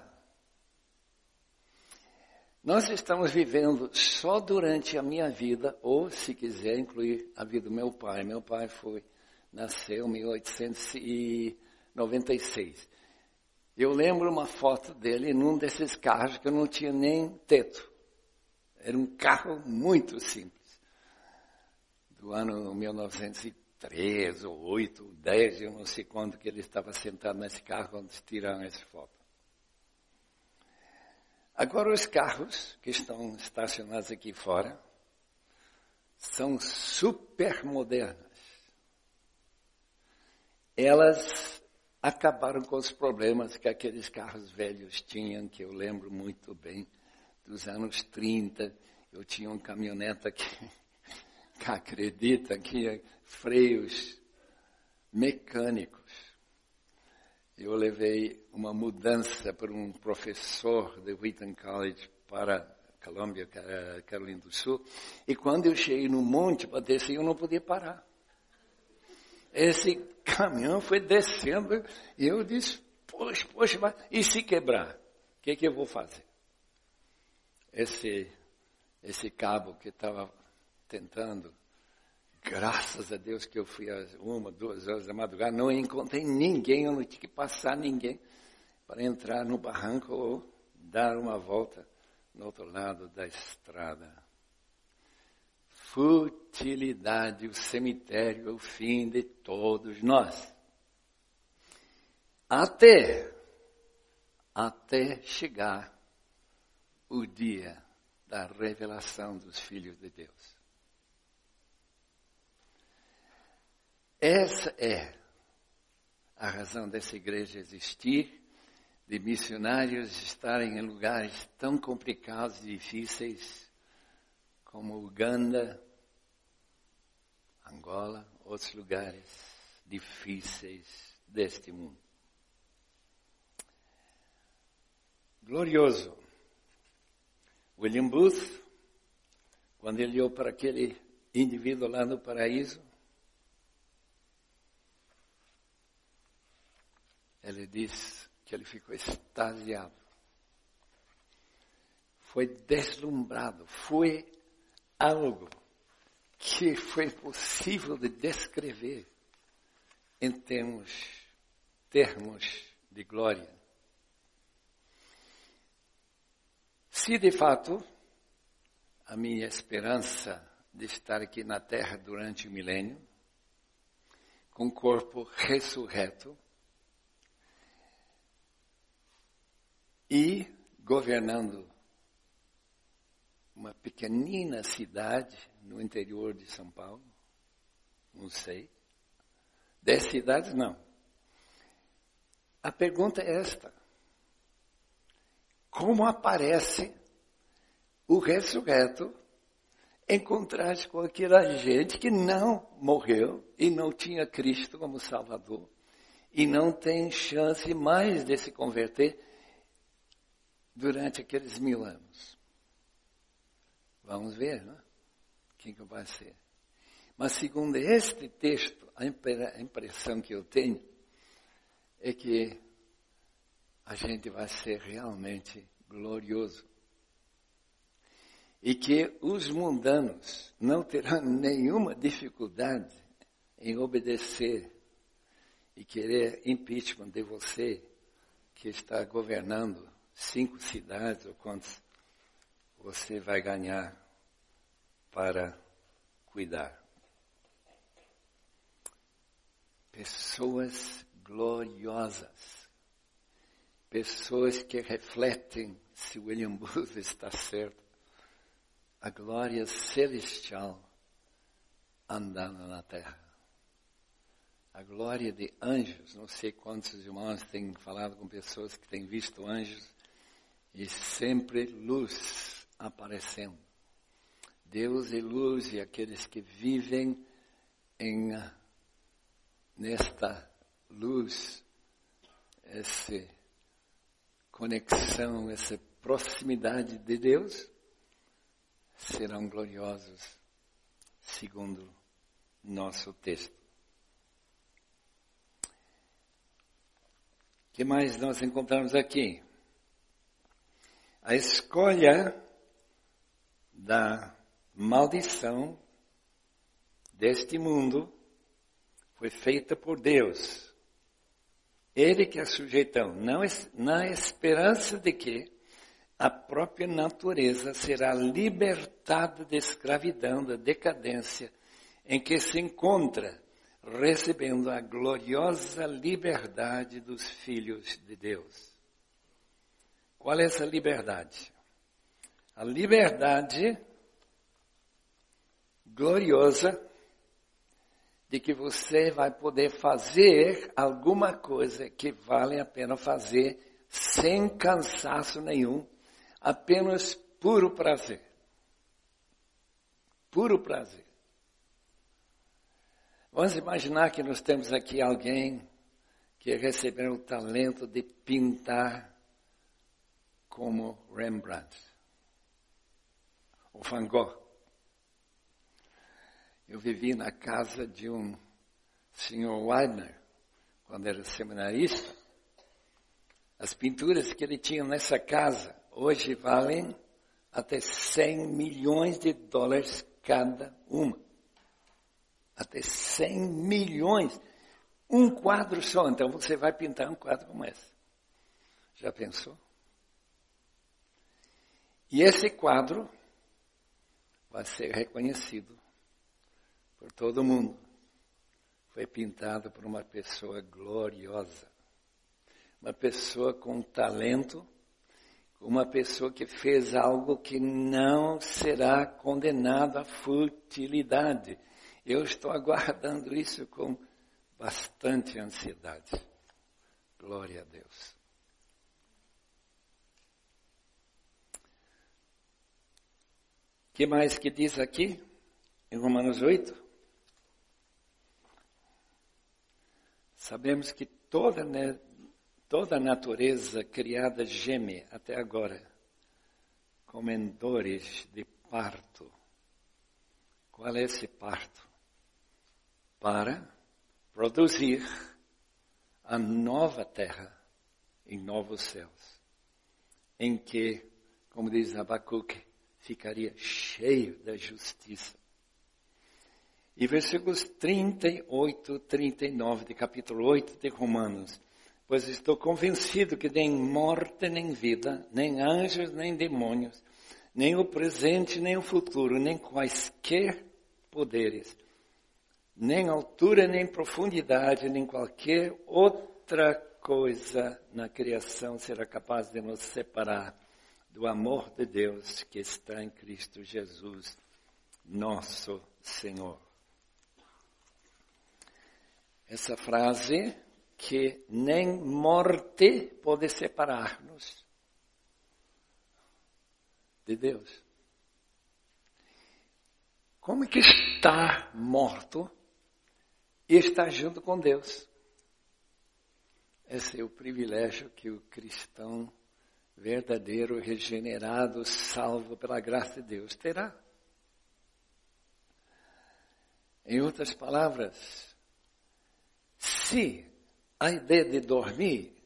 Nós estamos vivendo só durante a minha vida, ou se quiser incluir a vida do meu pai. Meu pai foi, nasceu em mil oitocentos e noventa e seis. Eu lembro uma foto dele num desses carros que eu não tinha nem teto. Era um carro muito simples. Do ano mil novecentos e treze, ou oito, ou dez, eu não sei quando que ele estava sentado nesse carro quando tiraram essa foto. Agora os carros que estão estacionados aqui fora são super modernas. Elas acabaram com os problemas que aqueles carros velhos tinham, que eu lembro muito bem, dos anos trinta. Eu tinha um caminhonete aqui, que acredita que freios mecânicos. Eu levei uma mudança para um professor de Wheaton College para Colômbia, Carolina do Sul, e quando eu cheguei no monte para descer, eu não podia parar. Esse caminhão foi descendo e eu disse, poxa, poxa, mas e se quebrar? O que, que eu vou fazer? Esse, esse cabo que estava tentando, graças a Deus que eu fui às uma, duas horas da madrugada, não encontrei ninguém, eu não tinha que passar ninguém para entrar no barranco ou dar uma volta no outro lado da estrada. Futilidade, o cemitério é o fim de todos nós. Até, até chegar o dia da revelação dos filhos de Deus. Essa é a razão dessa igreja existir, de missionários estarem em lugares tão complicados e difíceis como Uganda, Angola, outros lugares difíceis deste mundo. Glorioso. William Booth, quando ele olhou para aquele indivíduo lá no paraíso, ele diz que ele ficou extasiado. Foi deslumbrado. Foi algo que foi possível de descrever em termos, termos de glória. Se de fato a minha esperança de estar aqui na Terra durante o milênio, com corpo ressurreto, e governando uma pequenina cidade no interior de São Paulo, não sei, dez cidades não. A pergunta é esta: como aparece o ressurreto em contraste com aquela gente que não morreu e não tinha Cristo como Salvador e não tem chance mais de se converter durante aqueles mil anos? Vamos ver, né? O que, que vai ser. Mas segundo este texto, a impressão que eu tenho é que a gente vai ser realmente glorioso. E que os mundanos não terão nenhuma dificuldade em obedecer e querer impeachment de você, que está governando cinco cidades, ou quantos você vai ganhar para cuidar. Pessoas gloriosas. Pessoas que refletem, se William Booth está certo, a glória celestial andando na terra. A glória de anjos. Não sei quantos irmãos têm falado com pessoas que têm visto anjos e sempre luz aparecendo. Deus é luz e aqueles que vivem em, nesta luz, essa conexão, essa proximidade de Deus, serão gloriosos, segundo nosso texto. O que mais nós encontramos aqui? A escolha da maldição deste mundo foi feita por Deus. Ele que a sujeitou, não, na esperança de que a própria natureza será libertada da escravidão, da decadência em que se encontra, recebendo a gloriosa liberdade dos filhos de Deus. Qual é essa liberdade? A liberdade gloriosa de que você vai poder fazer alguma coisa que vale a pena fazer sem cansaço nenhum, apenas puro prazer. Puro prazer. Vamos imaginar que nós temos aqui alguém que recebeu o talento de pintar como Rembrandt, ou Van Gogh. Eu vivi na casa de um senhor Weidner, quando era seminarista. As pinturas que ele tinha nessa casa hoje valem até cem milhões de dólares cada uma. Até cem milhões. Um quadro só. Então você vai pintar um quadro como esse. Já pensou? E esse quadro vai ser reconhecido por todo mundo. Foi pintado por uma pessoa gloriosa. Uma pessoa com talento, uma pessoa que fez algo que não será condenado à futilidade. Eu estou aguardando isso com bastante ansiedade. Glória a Deus. O que mais que diz aqui, em Romanos oito? Sabemos que toda, né, toda a natureza criada geme até agora, como em dores de parto. Qual é esse parto? Para produzir a nova terra em novos céus, em que, como diz Abacuque, ficaria cheio da justiça. E versículos trinta e oito, trinta e nove, de capítulo oito de Romanos. Pois estou convencido que nem morte, nem vida, nem anjos, nem demônios, nem o presente, nem o futuro, nem quaisquer poderes, nem altura, nem profundidade, nem qualquer outra coisa na criação será capaz de nos separar do amor de Deus que está em Cristo Jesus, nosso Senhor. Essa frase, que nem morte pode separar-nos de Deus. Como é que estar morto e estar junto com Deus? Esse é o privilégio que o cristão verdadeiro, regenerado, salvo pela graça de Deus terá. Em outras palavras, se a ideia de dormir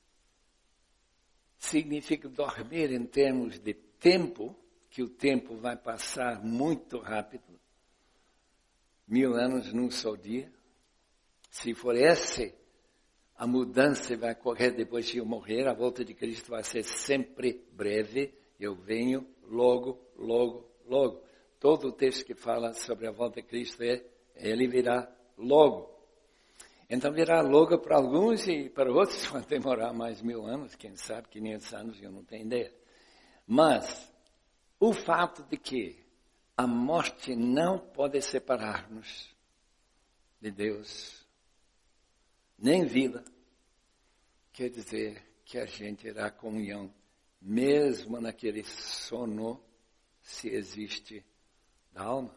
significa dormir em termos de tempo, que o tempo vai passar muito rápido, mil anos num só dia. Se for essa a mudança vai ocorrer depois de eu morrer, a volta de Cristo vai ser sempre breve. Eu venho logo, logo, logo. Todo o texto que fala sobre a volta de Cristo é, ele virá logo. Então virá logo para alguns e para outros vai demorar mais mil anos, quem sabe, quinhentos anos, eu não tenho ideia. Mas o fato de que a morte não pode separar-nos de Deus, nem vida, quer dizer que a gente terá comunhão, mesmo naquele sono, se existe, da alma.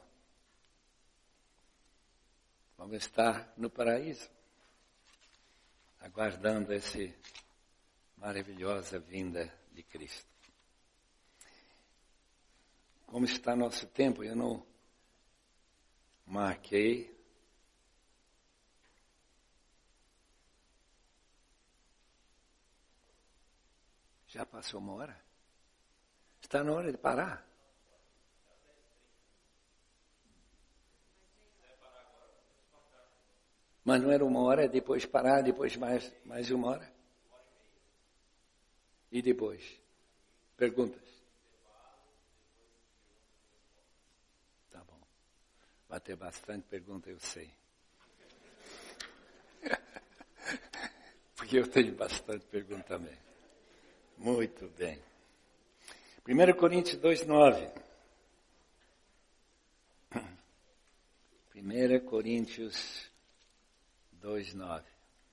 Vamos estar no paraíso, aguardando essa maravilhosa vinda de Cristo. Como está nosso tempo? Eu não marquei. Já passou uma hora? Está na hora de parar. Mas não era uma hora, depois parar, depois mais, mais uma hora? E depois? Perguntas? Tá bom. Vai ter bastante pergunta, eu sei. Porque eu tenho bastante pergunta também. Muito bem. primeira Coríntios dois, nove. primeira Coríntios dois, nove.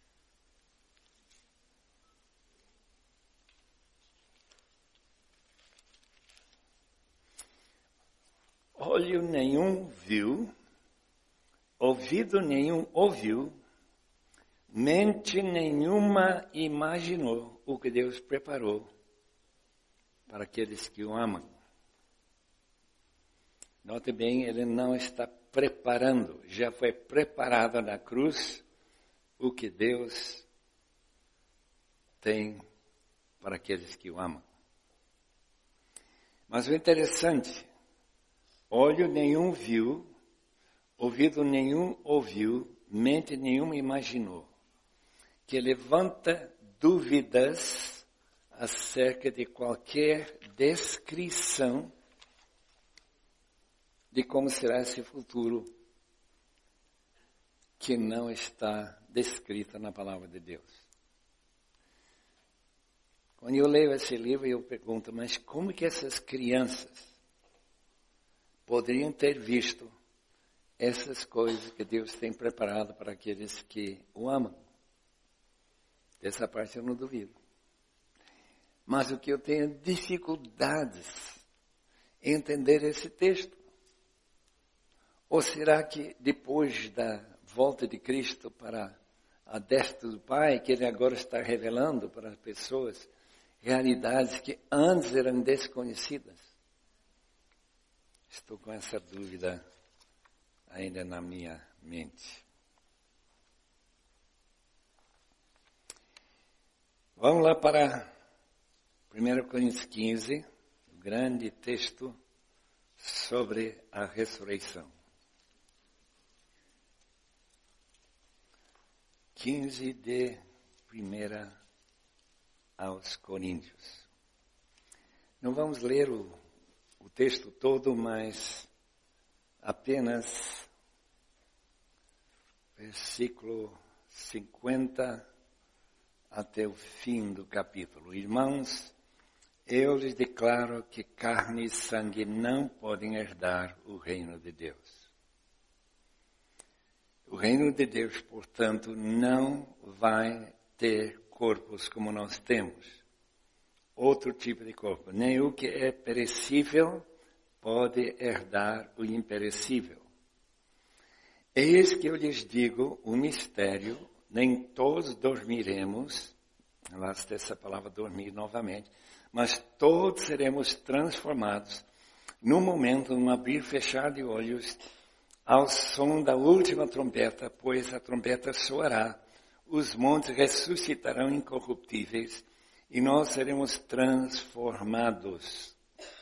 Olho nenhum viu, ouvido nenhum ouviu, mente nenhuma imaginou o que Deus preparou para aqueles que o amam. Note bem, ele não está preparando, já foi preparado na cruz o que Deus tem para aqueles que o amam. Mas o interessante, olho nenhum viu, ouvido nenhum ouviu, mente nenhuma imaginou, que levanta dúvidas acerca de qualquer descrição de como será esse futuro que não está descrita na palavra de Deus. Quando eu leio esse livro, eu pergunto, mas como que essas crianças poderiam ter visto essas coisas que Deus tem preparado para aqueles que o amam? Dessa parte eu não duvido. Mas o que eu tenho dificuldades em entender esse texto. Ou será que depois da volta de Cristo para a destra do Pai, que Ele agora está revelando para as pessoas realidades que antes eram desconhecidas? Estou com essa dúvida ainda na minha mente. Vamos lá para primeira Coríntios quinze, o grande texto sobre a ressurreição. quinze de primeira aos Coríntios. Não vamos ler o, o texto todo, mas apenas versículo cinquenta até o fim do capítulo. Irmãos, eu lhes declaro que carne e sangue não podem herdar o reino de Deus. O reino de Deus, portanto, não vai ter corpos como nós temos. Outro tipo de corpo. Nem o que é perecível pode herdar o imperecível. Eis que eu lhes digo o mistério, nem todos dormiremos, lá está essa palavra dormir novamente, mas todos seremos transformados num momento, num abrir e fechar de olhos, ao som da última trombeta, pois a trombeta soará, os montes ressuscitarão incorruptíveis e nós seremos transformados.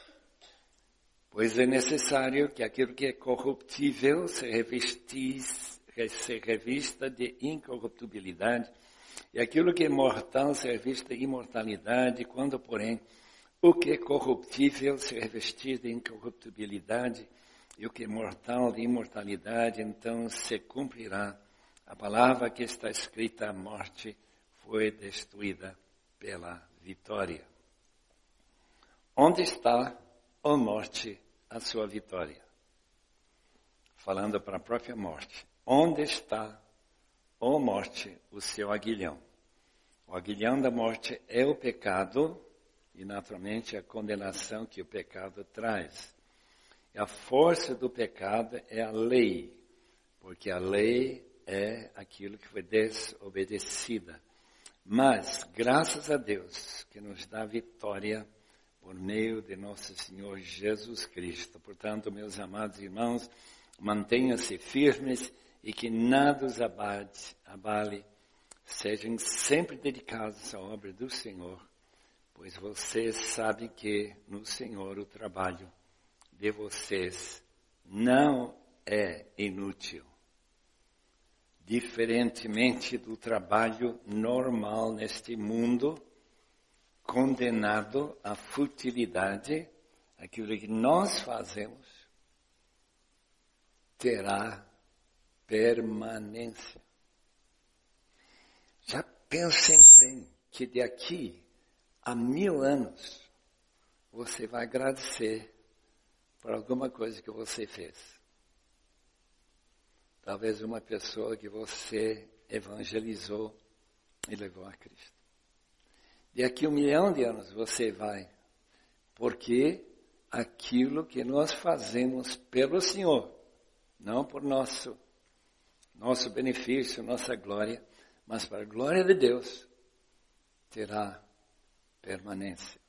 Pois é necessário que aquilo que é corruptível se revestisse, se revista de incorruptibilidade, e aquilo que é mortal se revista de imortalidade, quando, porém, o que é corruptível se revestir de incorruptibilidade, e o que é mortal de imortalidade, então se cumprirá a palavra que está escrita: a morte foi destruída pela vitória. Onde está, ó morte, a sua vitória? Falando para a própria morte. Onde está, ó morte, o seu aguilhão? O aguilhão da morte é o pecado e, naturalmente, a condenação que o pecado traz. E a força do pecado é a lei, porque a lei é aquilo que foi desobedecida. Mas, graças a Deus, que nos dá vitória por meio de nosso Senhor Jesus Cristo. Portanto, meus amados irmãos, mantenham-se firmes e que nada os abate, abale. Sejam sempre dedicados à obra do Senhor, pois vocês sabem que no Senhor o trabalho de vocês não é inútil. Diferentemente do trabalho normal neste mundo, condenado à futilidade, aquilo que nós fazemos terá permanência. Já pensem bem que de aqui a mil anos você vai agradecer por alguma coisa que você fez. Talvez uma pessoa que você evangelizou e levou a Cristo. De aqui um milhão de anos você vai, porque aquilo que nós fazemos pelo Senhor, não por nosso, nosso benefício, nossa glória, mas para a glória de Deus, terá permanência.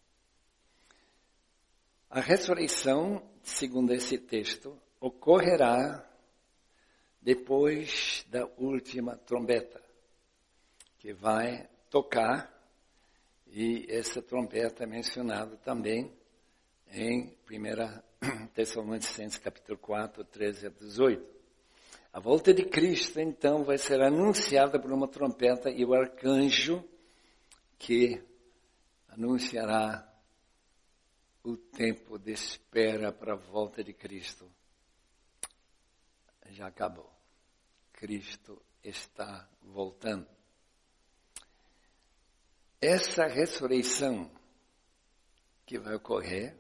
A ressurreição, segundo esse texto, ocorrerá depois da última trombeta, que vai tocar, e essa trombeta é mencionada também em primeira Tessalonicenses capítulo quatro, treze a dezoito. A volta de Cristo, então, vai ser anunciada por uma trombeta e o arcanjo que anunciará o tempo de espera para a volta de Cristo. Já acabou. Cristo está voltando. Essa ressurreição que vai ocorrer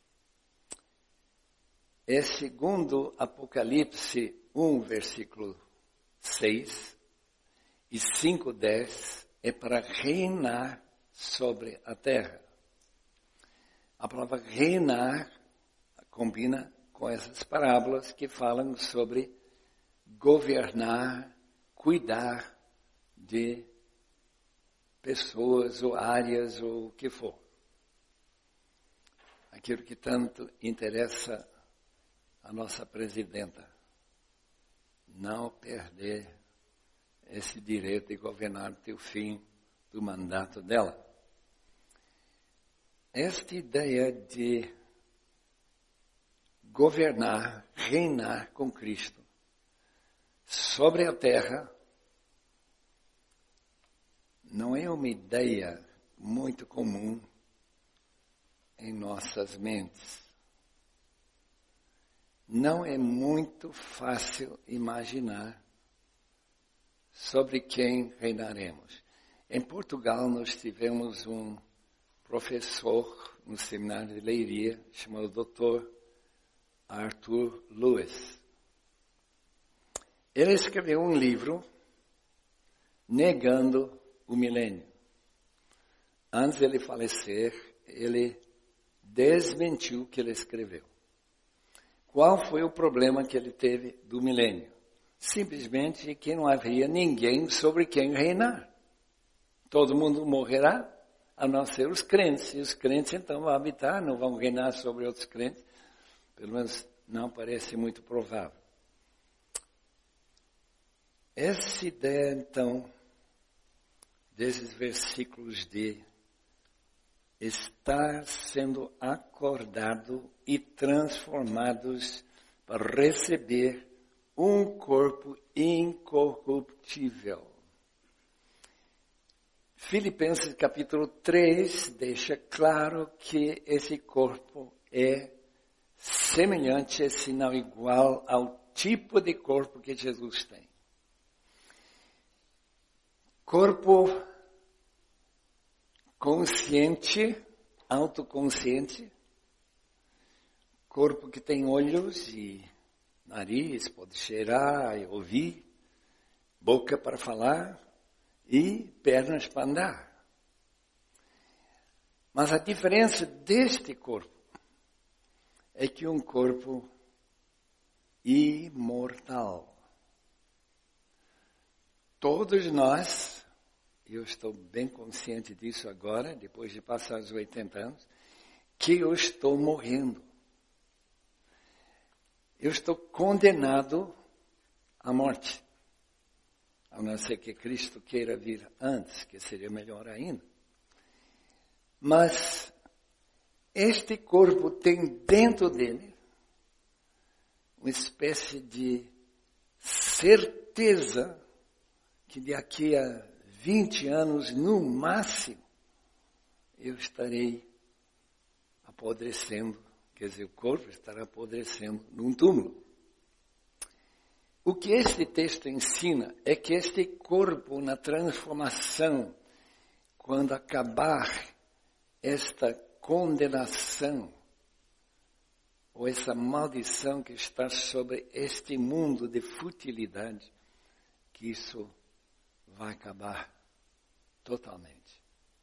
é segundo Apocalipse um, versículo seis e cinco, dez, é para reinar sobre a terra. A palavra reinar combina com essas parábolas que falam sobre governar, cuidar de pessoas ou áreas ou o que for. Aquilo que tanto interessa a nossa presidenta. Não perder esse direito de governar até o fim do mandato dela. Esta ideia de governar, reinar com Cristo sobre a terra não é uma ideia muito comum em nossas mentes. Não é muito fácil imaginar sobre quem reinaremos. Em Portugal, nós tivemos um professor no seminário de Leiria, chamado doutor Arthur Lewis. Ele escreveu um livro negando o milênio. Antes de ele falecer, ele desmentiu o que ele escreveu. Qual foi o problema que ele teve do milênio? Simplesmente que não havia ninguém sobre quem reinar. Todo mundo morrerá, a não ser os crentes. E os crentes então vão habitar, não vão reinar sobre outros crentes. Pelo menos não parece muito provável. Essa ideia, então, desses versículos de estar sendo acordado e transformados para receber um corpo incorruptível. Filipenses capítulo três deixa claro que esse corpo é semelhante, se não igual, ao tipo de corpo que Jesus tem. Corpo consciente, autoconsciente, corpo que tem olhos e nariz, pode cheirar e ouvir, boca para falar e pernas para andar. Mas a diferença deste corpo é que um corpo imortal. Todos nós, eu estou bem consciente disso agora, depois de passar os oitenta anos, que eu estou morrendo. Eu estou condenado à morte. A não ser que Cristo queira vir antes, que seria melhor ainda. Mas este corpo tem dentro dele uma espécie de certeza que daqui a vinte anos, no máximo, eu estarei apodrecendo, quer dizer, o corpo estará apodrecendo num túmulo. O que este texto ensina é que este corpo, na transformação, quando acabar esta condenação, ou essa maldição que está sobre este mundo de futilidade, que isso vai acabar totalmente.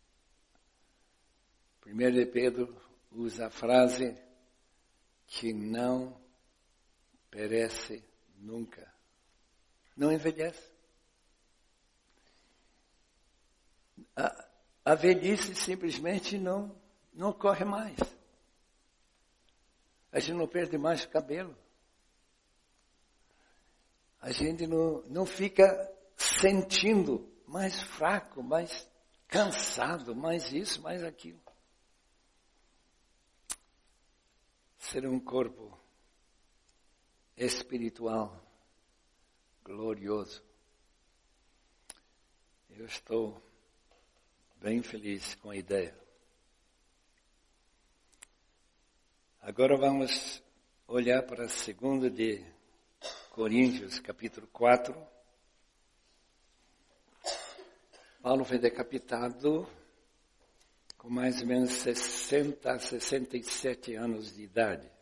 Primeiro de Pedro usa a frase que não perece nunca. Não envelhece. A, a velhice simplesmente não, não ocorre mais. A gente não perde mais o cabelo. A gente não, não fica sentindo mais fraco, mais cansado, mais isso, mais aquilo. Ser um corpo espiritual, glorioso. Eu estou bem feliz com a ideia. Agora vamos olhar para a segunda de Coríntios, capítulo quatro. Paulo foi decapitado com mais ou menos sessenta a sessenta e sete anos de idade.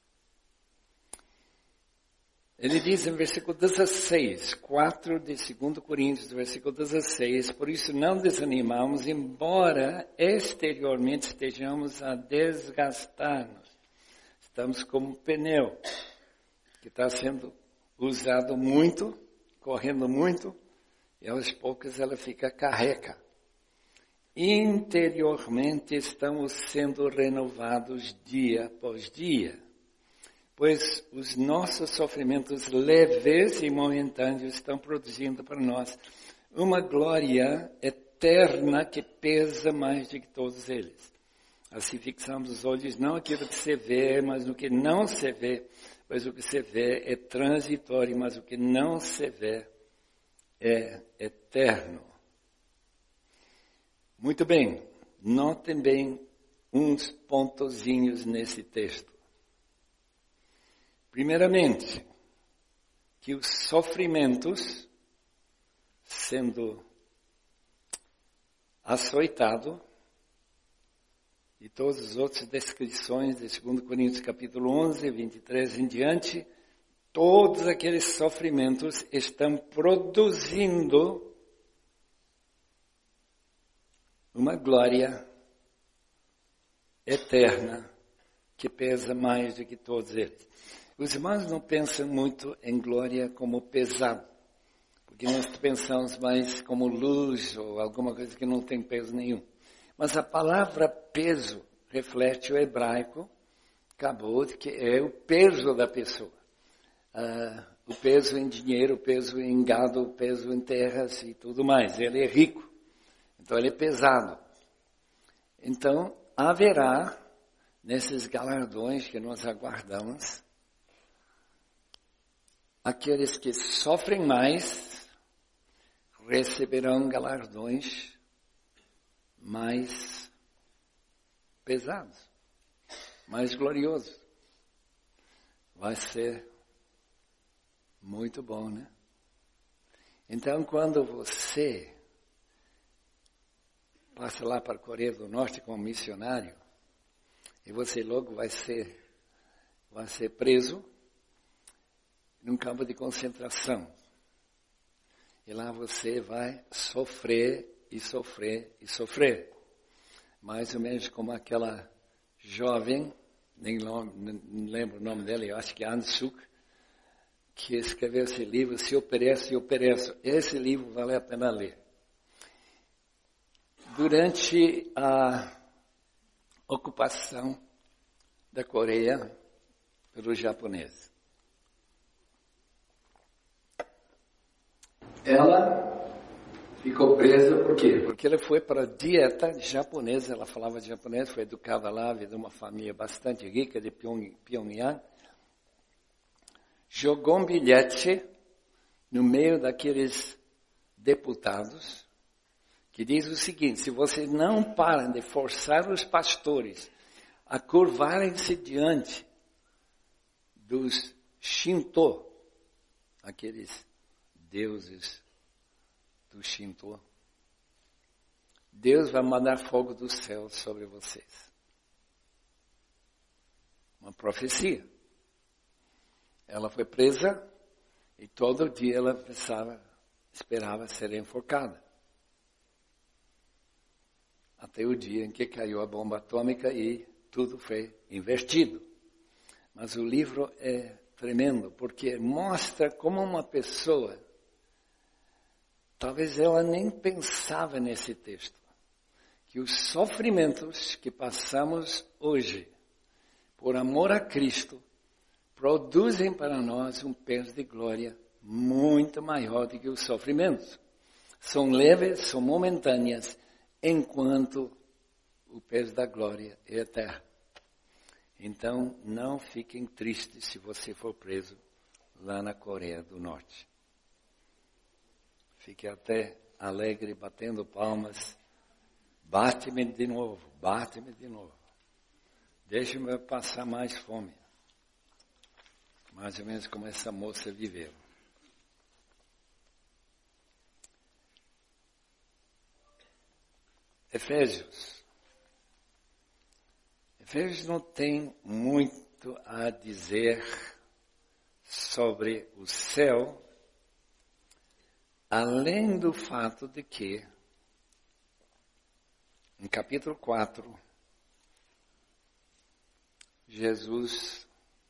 Ele diz em versículo dezesseis, quatro de dois Coríntios, versículo dezesseis, por isso não desanimamos, embora exteriormente estejamos a desgastar-nos. Estamos como um pneu que está sendo usado muito, correndo muito, e aos poucos ela fica careca. Interiormente estamos sendo renovados dia após dia, pois os nossos sofrimentos leves e momentâneos estão produzindo para nós uma glória eterna que pesa mais do que todos eles. Assim fixamos os olhos não naquilo que se vê, mas no que não se vê, pois o que se vê é transitório, mas o que não se vê é eterno. Muito bem, notem bem uns pontozinhos nesse texto. Primeiramente, que os sofrimentos, sendo açoitado, e todas as outras descrições de dois Coríntios capítulo onze, vinte e três em diante, todos aqueles sofrimentos estão produzindo uma glória eterna que pesa mais do que todos eles. Os irmãos não pensam muito em glória como pesado, porque nós pensamos mais como luz ou alguma coisa que não tem peso nenhum. Mas a palavra peso reflete o hebraico, kabod, que é o peso da pessoa. Uh, o peso em dinheiro, o peso em gado, o peso em terras e tudo mais. Ele é rico, então ele é pesado. Então, haverá, nesses galardões que nós aguardamos, aqueles que sofrem mais receberão galardões mais pesados, mais gloriosos. Vai ser muito bom, né? Então, quando você passa lá para a Coreia do Norte como missionário, e você logo vai ser, vai ser preso num campo de concentração. E lá você vai sofrer e sofrer e sofrer. Mais ou menos como aquela jovem, nem lembro o nome dela, eu acho que é Aung Suk, que escreveu esse livro, Se Eu Pereço, Eu Pereço. Esse livro vale a pena ler. Durante a ocupação da Coreia pelos japoneses, ela ficou presa por quê? Porque ela foi para a dieta japonesa, ela falava japonês, foi educada lá, veio de uma família bastante rica de Pyongyang. Jogou um bilhete no meio daqueles deputados que diz o seguinte: se vocês não param de forçar os pastores a curvarem-se diante dos Shinto, aqueles deuses do Shinto, Deus vai mandar fogo do céu sobre vocês. Uma profecia. Ela foi presa e todo dia ela pensava, esperava ser enforcada. Até o dia em que caiu a bomba atômica e tudo foi invertido. Mas o livro é tremendo, porque mostra como uma pessoa, talvez ela nem pensava nesse texto, que os sofrimentos que passamos hoje, por amor a Cristo, produzem para nós um peso de glória muito maior do que os sofrimentos. São leves, são momentâneas, enquanto o peso da glória é eterno. Então, não fiquem tristes se você for preso lá na Coreia do Norte. Fique até alegre, batendo palmas. Bate-me de novo, bate-me de novo. Deixe-me passar mais fome. Mais ou menos como essa moça viveu. Efésios. Efésios não tem muito a dizer sobre o céu, além do fato de que, em capítulo quatro, Jesus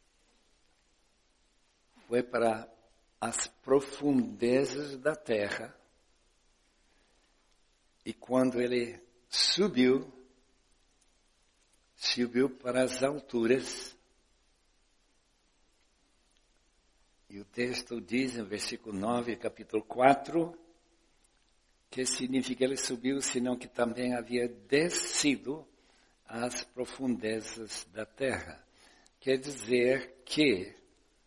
foi para as profundezas da terra e quando ele subiu, subiu para as alturas. E o texto diz, no versículo nove, capítulo quatro, que significa que ele subiu, senão que também havia descido às profundezas da terra. Quer dizer que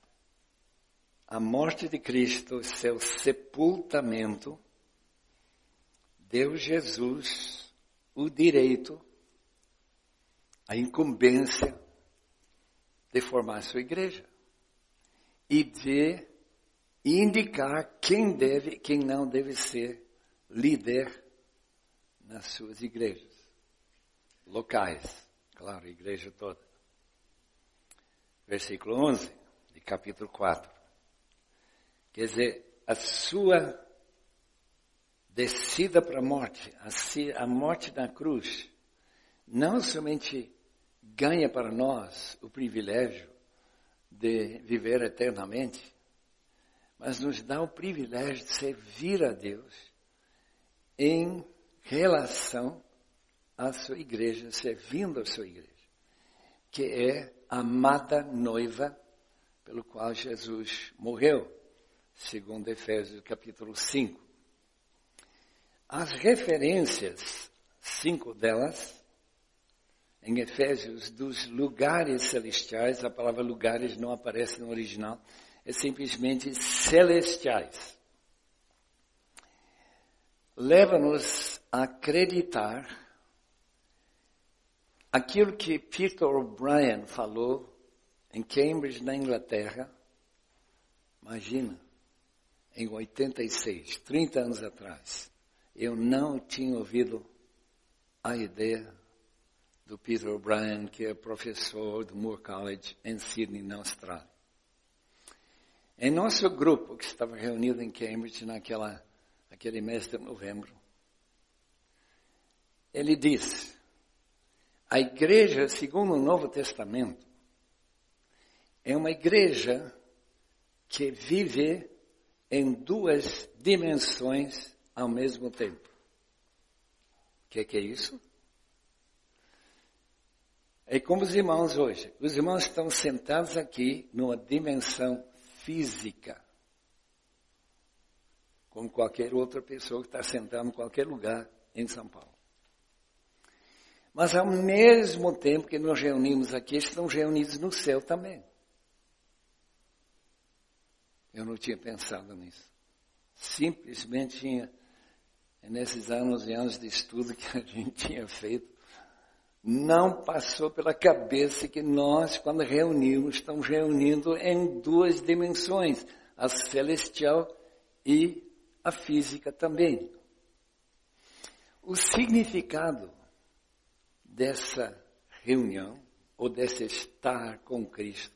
a morte de Cristo, seu sepultamento, deu Jesus o direito, a incumbência de formar sua igreja e de indicar quem deve, quem não deve ser líder nas suas igrejas locais, claro, a igreja toda. Versículo onze, de capítulo quatro. Quer dizer, a sua descida para a morte, a morte na cruz, não somente ganha para nós o privilégio de viver eternamente, mas nos dá o privilégio de servir a Deus em relação à sua igreja, servindo a sua igreja, que é a amada noiva pelo qual Jesus morreu, segundo Efésios capítulo cinco. As referências, cinco delas, em Efésios, dos lugares celestiais, a palavra lugares não aparece no original, é simplesmente celestiais. Leva-nos a acreditar aquilo que Peter O'Brien falou em Cambridge, na Inglaterra. Imagina, em oitenta e seis, trinta anos atrás, eu não tinha ouvido a ideia do Peter O'Brien, que é professor do Moore College em Sydney, na Austrália. Em nosso grupo, que estava reunido em Cambridge naquela, naquele mês de novembro, ele disse, a igreja, segundo o Novo Testamento, é uma igreja que vive em duas dimensões ao mesmo tempo. O que, que é isso? É como os irmãos hoje. Os irmãos estão sentados aqui numa dimensão física, como qualquer outra pessoa que está sentada em qualquer lugar em São Paulo. Mas ao mesmo tempo que nos reunimos aqui, estamos reunidos no céu também. Eu não tinha pensado nisso. Simplesmente tinha, nesses anos e anos de estudo que a gente tinha feito, não passou pela cabeça que nós, quando reunimos, estamos reunindo em duas dimensões, a celestial e a física também. O significado dessa reunião, ou desse estar com Cristo,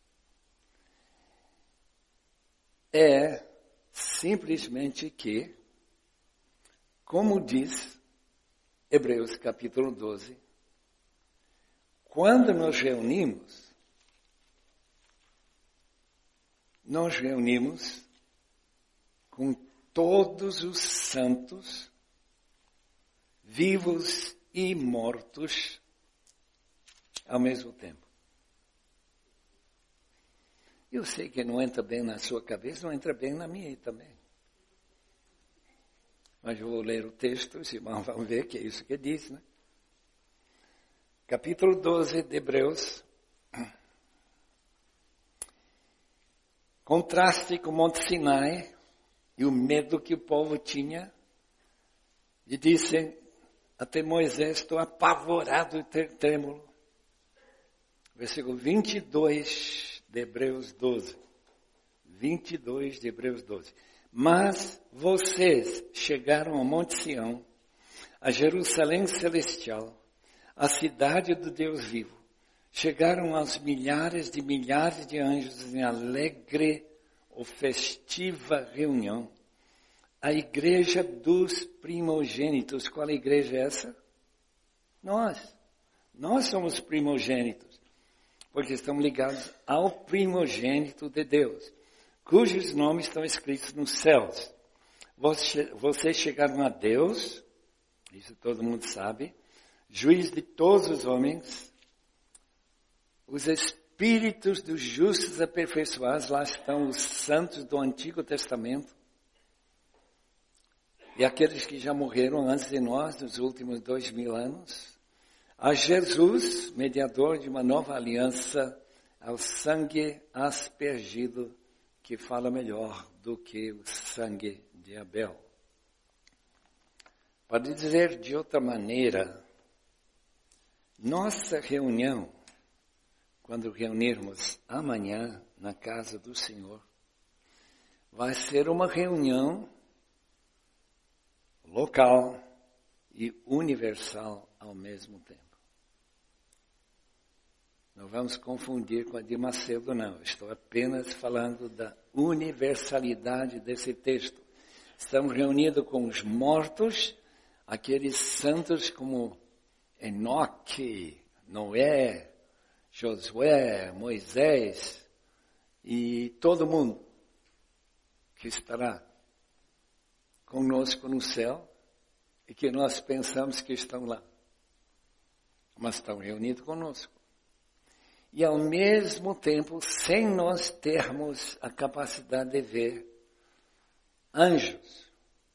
é simplesmente que, como diz Hebreus capítulo doze, quando nos reunimos, nós reunimos com todos os santos, vivos e mortos, ao mesmo tempo. Eu sei que não entra bem na sua cabeça, não entra bem na minha também. Mas eu vou ler o texto, os irmãos vão ver que é isso que diz, né? Capítulo doze de Hebreus. Contraste com o Monte Sinai e o medo que o povo tinha. E disse até Moisés, estou apavorado e trêmulo. Versículo vinte e dois de Hebreus doze. vinte e dois de Hebreus doze. Mas vocês chegaram ao Monte Sião, a Jerusalém celestial, a cidade do Deus vivo. Chegaram aos milhares de milhares de anjos em alegre ou festiva reunião. A igreja dos primogênitos. Qual igreja é essa? Nós. Nós somos primogênitos. Porque estamos ligados ao primogênito de Deus, cujos nomes estão escritos nos céus. Vocês chegaram a Deus, isso todo mundo sabe, juiz de todos os homens, os espíritos dos justos aperfeiçoados, lá estão os santos do Antigo Testamento, e aqueles que já morreram antes de nós, nos últimos dois mil anos, a Jesus, mediador de uma nova aliança, ao sangue aspergido, que fala melhor do que o sangue de Abel. Para dizer de outra maneira, nossa reunião, quando reunirmos amanhã na casa do Senhor, vai ser uma reunião local e universal ao mesmo tempo. Não vamos confundir com a de Macedo, não. Estou apenas falando da universalidade desse texto. Estamos reunidos com os mortos, aqueles santos como Enoque, Noé, Josué, Moisés e todo mundo que estará conosco no céu e que nós pensamos que estão lá, mas estão reunidos conosco. E ao mesmo tempo, sem nós termos a capacidade de ver anjos,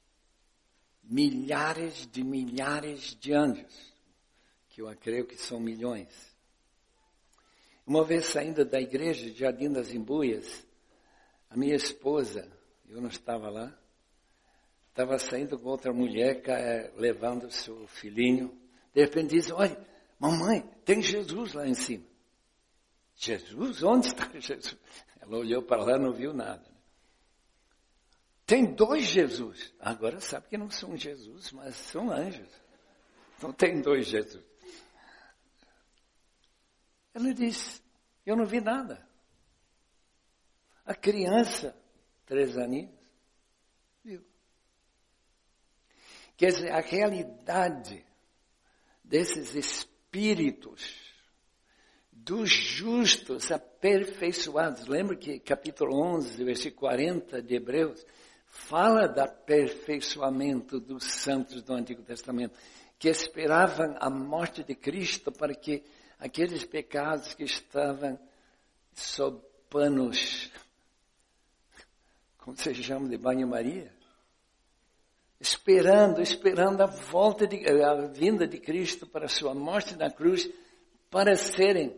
milhares de milhares de anjos, que eu creio que são milhões. Uma vez saindo da igreja de Jardim das Embuias, a minha esposa, eu não estava lá, estava saindo com outra mulher, levando seu filhinho. De repente diz, olha, mamãe, tem Jesus lá em cima. Jesus? Onde está Jesus? Ela olhou para lá e não viu nada. Tem dois Jesus. Agora sabe que não são Jesus, mas são anjos. Não tem dois Jesus. Ela disse, eu não vi nada. A criança, três aninhos, viu. Quer dizer, a realidade desses espíritos dos justos aperfeiçoados. Lembra que capítulo onze, versículo quarenta de Hebreus, fala do aperfeiçoamento dos santos do Antigo Testamento, que esperavam a morte de Cristo para que aqueles pecados que estavam sob panos, como se chama, de banho-maria, esperando, esperando a volta, de, a vinda de Cristo para a sua morte na cruz, para serem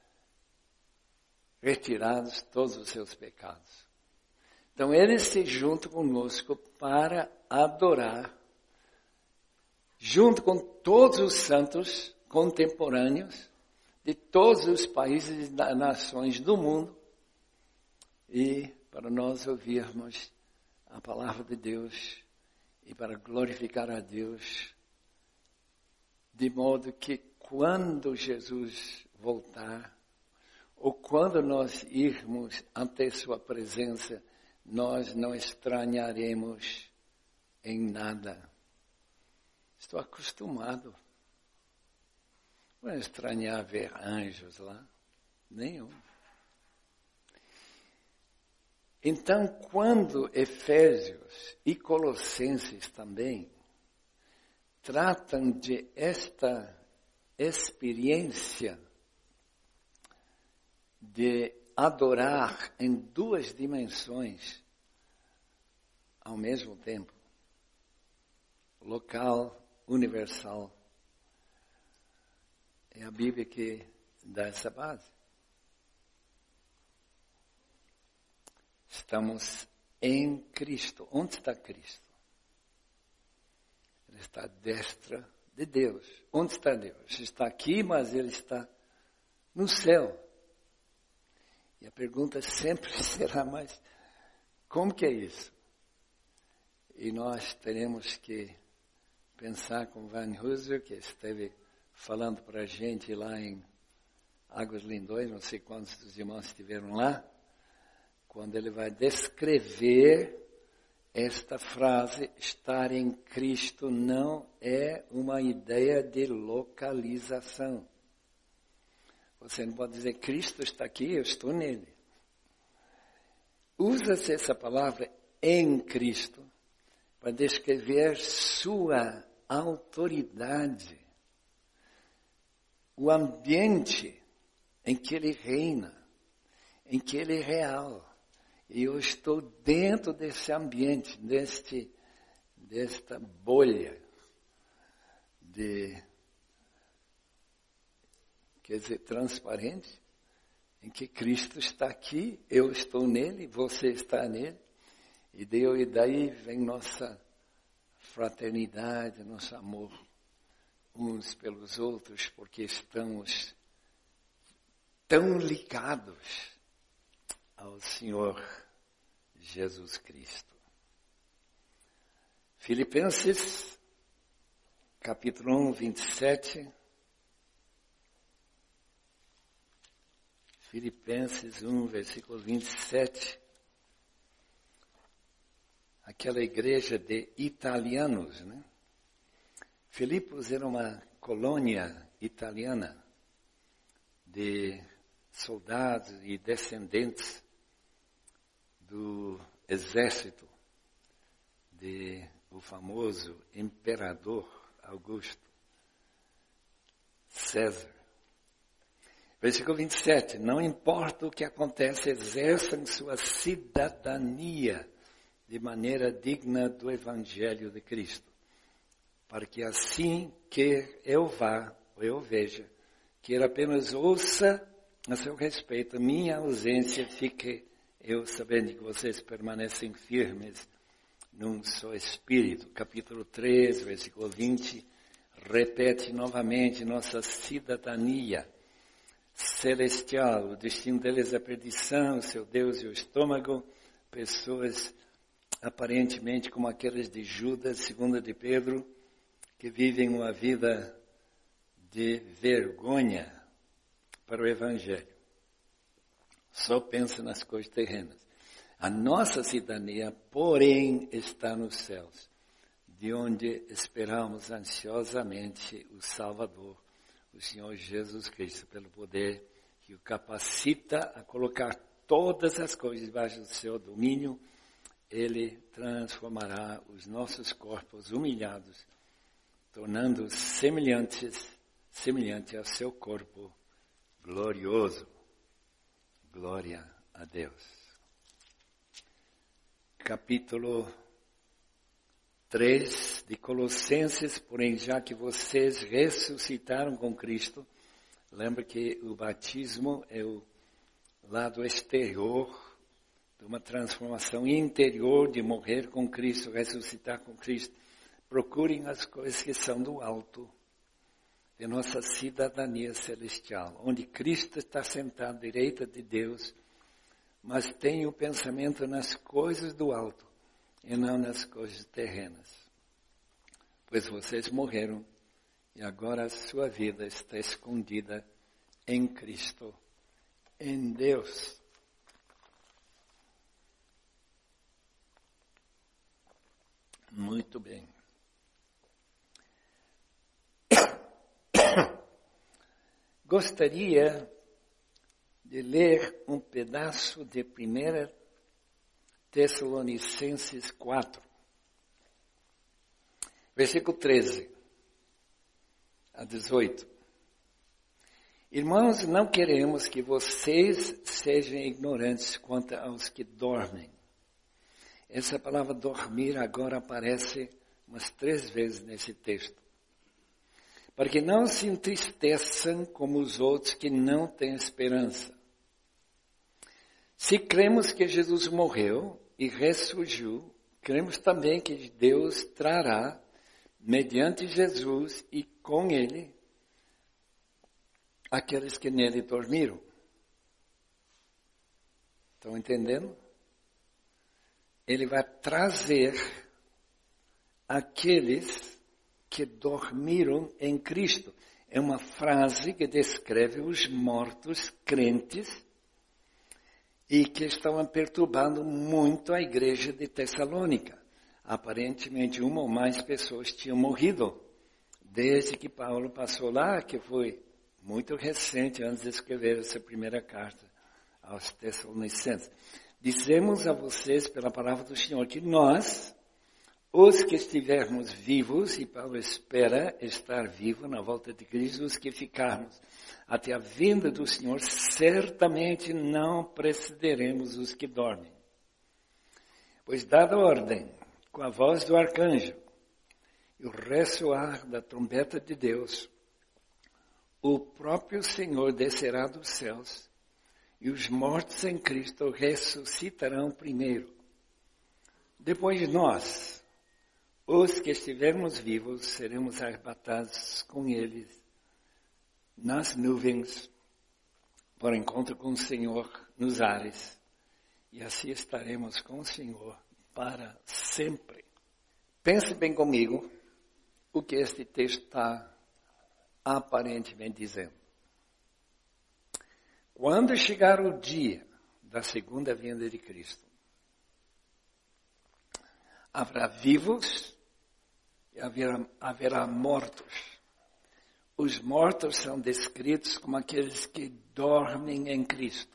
retirados todos os seus pecados. Então, eles se juntam conosco para adorar, junto com todos os santos contemporâneos, de todos os países e nações do mundo, e para nós ouvirmos a palavra de Deus, e para glorificar a Deus, de modo que quando Jesus voltar, ou quando nós irmos ante sua presença, nós não estranharemos em nada. Estou acostumado. Não é estranhar ver anjos lá? Nenhum. Então, quando Efésios e Colossenses também tratam de esta experiência de adorar em duas dimensões ao mesmo tempo, local, universal, é a Bíblia que dá essa base. Estamos em Cristo. Onde está Cristo? Ele está à destra de Deus. Onde está Deus? Está aqui, mas Ele está no céu. E a pergunta sempre será, mas como que é isso? E nós teremos que pensar com Van Hooser, que esteve falando para a gente lá em Águas Lindões, não sei quantos dos irmãos estiveram lá, quando ele vai descrever esta frase, estar em Cristo não é uma ideia de localização. Você não pode dizer, Cristo está aqui, eu estou nele. Usa-se essa palavra em Cristo para descrever sua autoridade, o ambiente em que ele reina, em que ele é real. E eu estou dentro desse ambiente, deste, desta bolha de, quer dizer, transparente, em que Cristo está aqui, eu estou nele, você está nele, e daí, e daí vem nossa fraternidade, nosso amor uns pelos outros, porque estamos tão ligados ao Senhor Jesus Cristo. Filipenses, capítulo um, vinte e sete. Filipenses um, versículo vinte e sete. Aquela igreja de italianos, né? Filipos era uma colônia italiana de soldados e descendentes do exército de o famoso imperador Augusto César. Versículo vinte e sete. Não importa o que acontece, exerçam sua cidadania de maneira digna do Evangelho de Cristo, para que assim que eu vá, ou eu veja, que ele apenas ouça a seu respeito, a minha ausência, fique eu sabendo que vocês permanecem firmes num só Espírito. Capítulo três, versículo vinte, repete novamente nossa cidadania celestial. O destino deles é a perdição, seu Deus e o estômago. Pessoas aparentemente como aqueles de Judas, segunda de Pedro, que vivem uma vida de vergonha para o Evangelho. Só pensa nas coisas terrenas. A nossa cidadania, porém, está nos céus, de onde esperamos ansiosamente o Salvador, o Senhor Jesus Cristo, pelo poder que o capacita a colocar todas as coisas debaixo do seu domínio. Ele transformará os nossos corpos humilhados, tornando-os semelhantes, semelhante ao seu corpo glorioso. Glória a Deus. Capítulo três de Colossenses, porém, já que vocês ressuscitaram com Cristo, lembra que o batismo é o lado exterior de uma transformação interior, de morrer com Cristo, ressuscitar com Cristo. Procurem as coisas que são do alto, de nossa cidadania celestial, onde Cristo está sentado à direita de Deus, mas tem o pensamento nas coisas do alto e não nas coisas terrenas. Pois vocês morreram e agora a sua vida está escondida em Cristo, em Deus. Muito bem. Gostaria de ler um pedaço de primeira Tessalonicenses quatro, versículo treze a dezoito. Irmãos, não queremos que vocês sejam ignorantes quanto aos que dormem. Essa palavra dormir agora aparece umas três vezes nesse texto. Para que não se entristeçam como os outros que não têm esperança. Se cremos que Jesus morreu e ressurgiu, cremos também que Deus trará, mediante Jesus e com Ele, aqueles que nele dormiram. Estão entendendo? Ele vai trazer aqueles que dormiram em Cristo. É uma frase que descreve os mortos crentes e que estavam perturbando muito a igreja de Tessalônica. Aparentemente, uma ou mais pessoas tinham morrido desde que Paulo passou lá, que foi muito recente, antes de escrever essa primeira carta aos Tessalonicenses. Dizemos a vocês, pela palavra do Senhor, que nós, os que estivermos vivos, e Paulo espera estar vivo na volta de Cristo, os que ficarmos até a vinda do Senhor, certamente não precederemos os que dormem. Pois dada a ordem, com a voz do arcanjo e o ressoar da trombeta de Deus, o próprio Senhor descerá dos céus e os mortos em Cristo ressuscitarão primeiro. Depois nós, os que estivermos vivos, seremos arrebatados com eles nas nuvens, para o encontro com o Senhor nos ares. E assim estaremos com o Senhor para sempre. Pense bem comigo, o que este texto está aparentemente dizendo. Quando chegar o dia da segunda vinda de Cristo, haverá vivos e haverá, haverá mortos. Os mortos são descritos como aqueles que dormem em Cristo.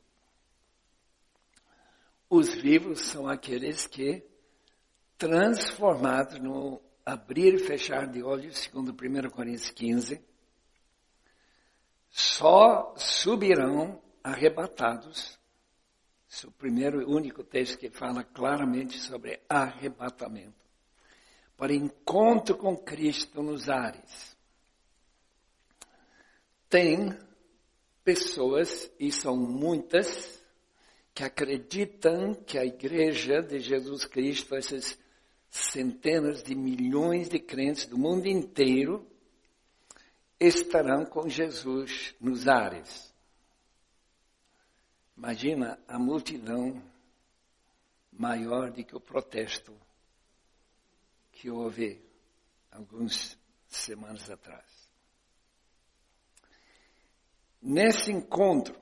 Os vivos são aqueles que, transformados no abrir e fechar de olhos, segundo primeira Coríntios quinze, só subirão arrebatados. Esse é o primeiro e único texto que fala claramente sobre arrebatamento. Para encontro com Cristo nos ares. Tem pessoas, e são muitas, que acreditam que a igreja de Jesus Cristo, essas centenas de milhões de crentes do mundo inteiro, estarão com Jesus nos ares. Imagina a multidão maior do que o protesto que houve algumas semanas atrás. Nesse encontro,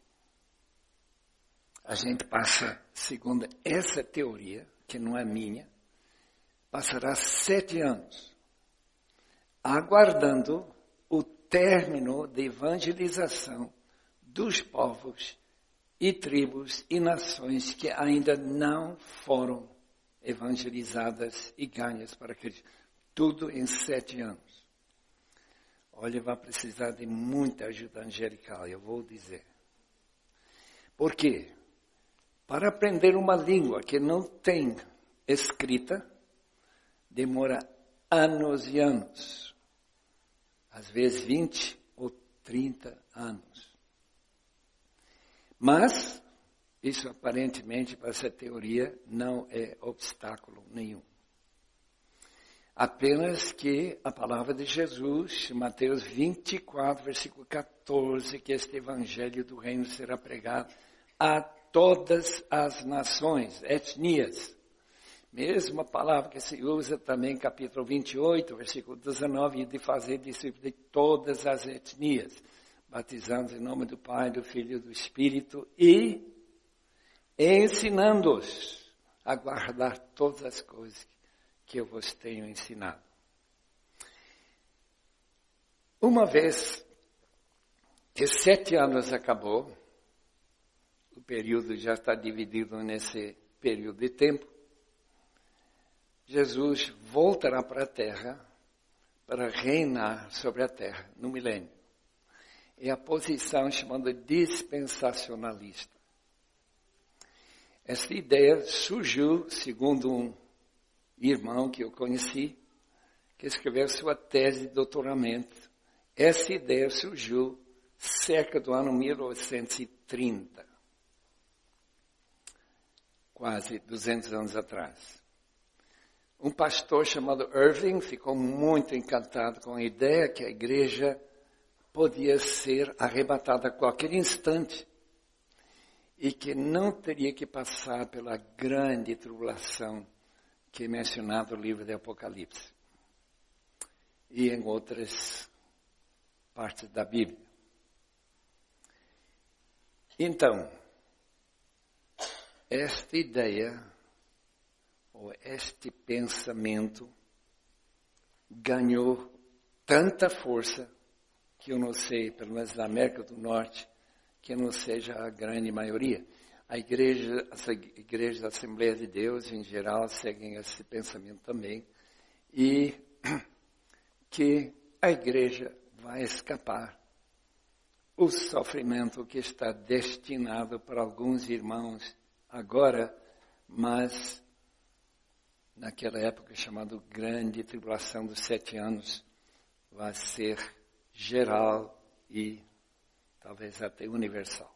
a gente passa, segundo essa teoria, que não é minha, passará sete anos aguardando o término da evangelização dos povos e tribos e nações que ainda não foram evangelizadas e ganhas para Cristo. Tudo em sete anos. Olha, vai precisar de muita ajuda angelical, eu vou dizer. Por quê? Para aprender uma língua que não tem escrita, demora anos e anos. Às vezes vinte ou trinta anos. Mas, isso aparentemente, para essa teoria, não é obstáculo nenhum. Apenas que a palavra de Jesus, Mateus vinte e quatro, versículo quatorze, que este evangelho do reino será pregado a todas as nações, etnias. Mesma palavra que se usa também em capítulo vinte e oito, versículo dezenove, de fazer discípulos de todas as etnias, batizando em nome do Pai, do Filho e do Espírito e ensinando-os a guardar todas as coisas que eu vos tenho ensinado. Uma vez que sete anos acabou, o período já está dividido nesse período de tempo, Jesus voltará para a terra para reinar sobre a terra no milênio. É a posição chamada dispensacionalista. Essa ideia surgiu, segundo um irmão que eu conheci, que escreveu sua tese de doutoramento. Essa ideia surgiu cerca do ano mil oitocentos e trinta, quase duzentos anos atrás. Um pastor chamado Irving ficou muito encantado com a ideia que a igreja podia ser arrebatada a qualquer instante e que não teria que passar pela grande tribulação que é mencionado no livro de Apocalipse e em outras partes da Bíblia. Então, esta ideia, ou este pensamento, ganhou tanta força que eu não sei, pelo menos na América do Norte, que não seja a grande maioria. A igreja, as igrejas da Assembleia de Deus, em geral, seguem esse pensamento também. E que a igreja vai escapar o sofrimento que está destinado para alguns irmãos agora, mas naquela época chamada Grande Tribulação dos Sete Anos, vai ser geral e talvez até universal.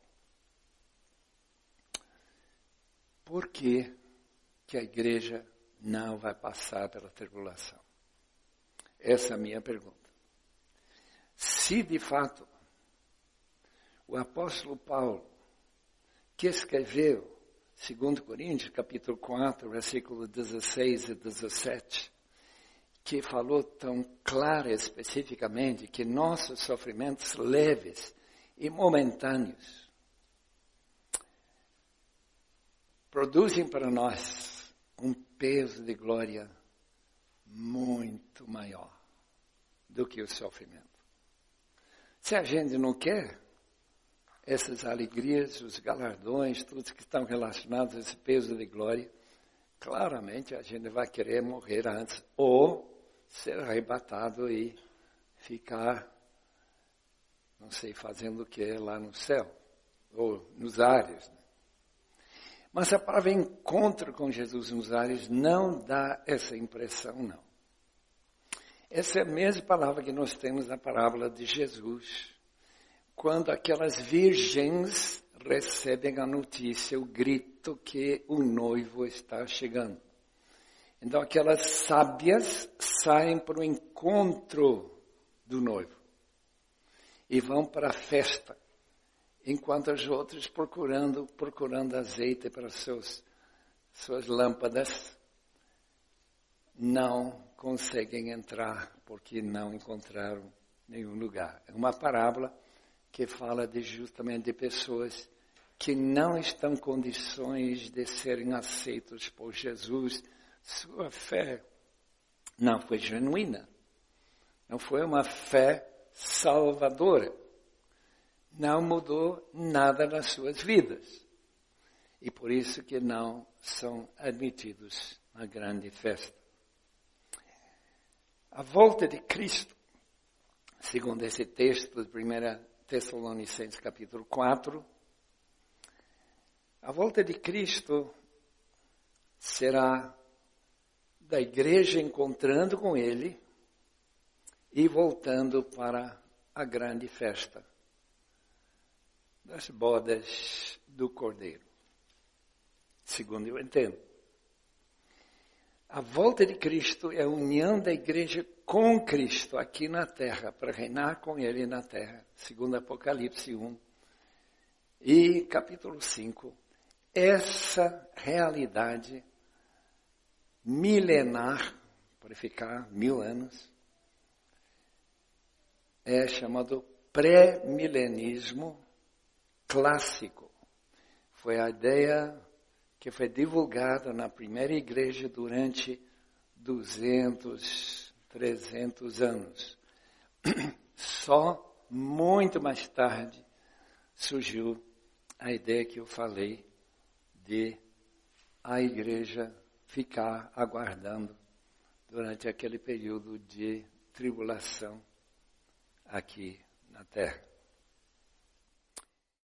Por que que a igreja não vai passar pela tribulação? Essa é a minha pergunta. Se de fato o apóstolo Paulo, que escreveu segundo Coríntios, capítulo quatro, versículos dezesseis e dezessete, que falou tão clara e especificamente que nossos sofrimentos leves e momentâneos produzem para nós um peso de glória muito maior do que o sofrimento. Se a gente não quer essas alegrias, os galardões, tudo que estão relacionados a esse peso de glória, claramente a gente vai querer morrer antes ou ser arrebatado e ficar, não sei, fazendo o que lá no céu ou nos ares. Né? Mas a palavra encontro com Jesus nos ares não dá essa impressão, não. Essa é a mesma palavra que nós temos na parábola de Jesus, quando aquelas virgens recebem a notícia, o grito que o noivo está chegando. Então aquelas sábias saem para o encontro do noivo e vão para a festa, enquanto as outras procurando, procurando azeite para seus, suas lâmpadas, não conseguem entrar porque não encontraram nenhum lugar. É uma parábola que fala de, justamente de pessoas que não estão em condições de serem aceitos por Jesus. Sua fé não foi genuína, não foi uma fé salvadora, não mudou nada nas suas vidas. E por isso que não são admitidos na grande festa. A volta de Cristo, segundo esse texto de primeira Tessalonicenses capítulo quatro, a volta de Cristo será da igreja encontrando com Ele e voltando para a grande festa das bodas do Cordeiro, segundo eu entendo. A volta de Cristo é a união da igreja com Cristo aqui na terra, para reinar com Ele na terra, segundo Apocalipse um e capítulo cinco. Essa realidade milenar, para ficar mil anos, é chamado pré-milenismo clássico. Foi a ideia que foi divulgada na primeira igreja durante duzentos, trezentos anos. Só muito mais tarde surgiu a ideia que eu falei de a igreja ficar aguardando durante aquele período de tribulação aqui na terra.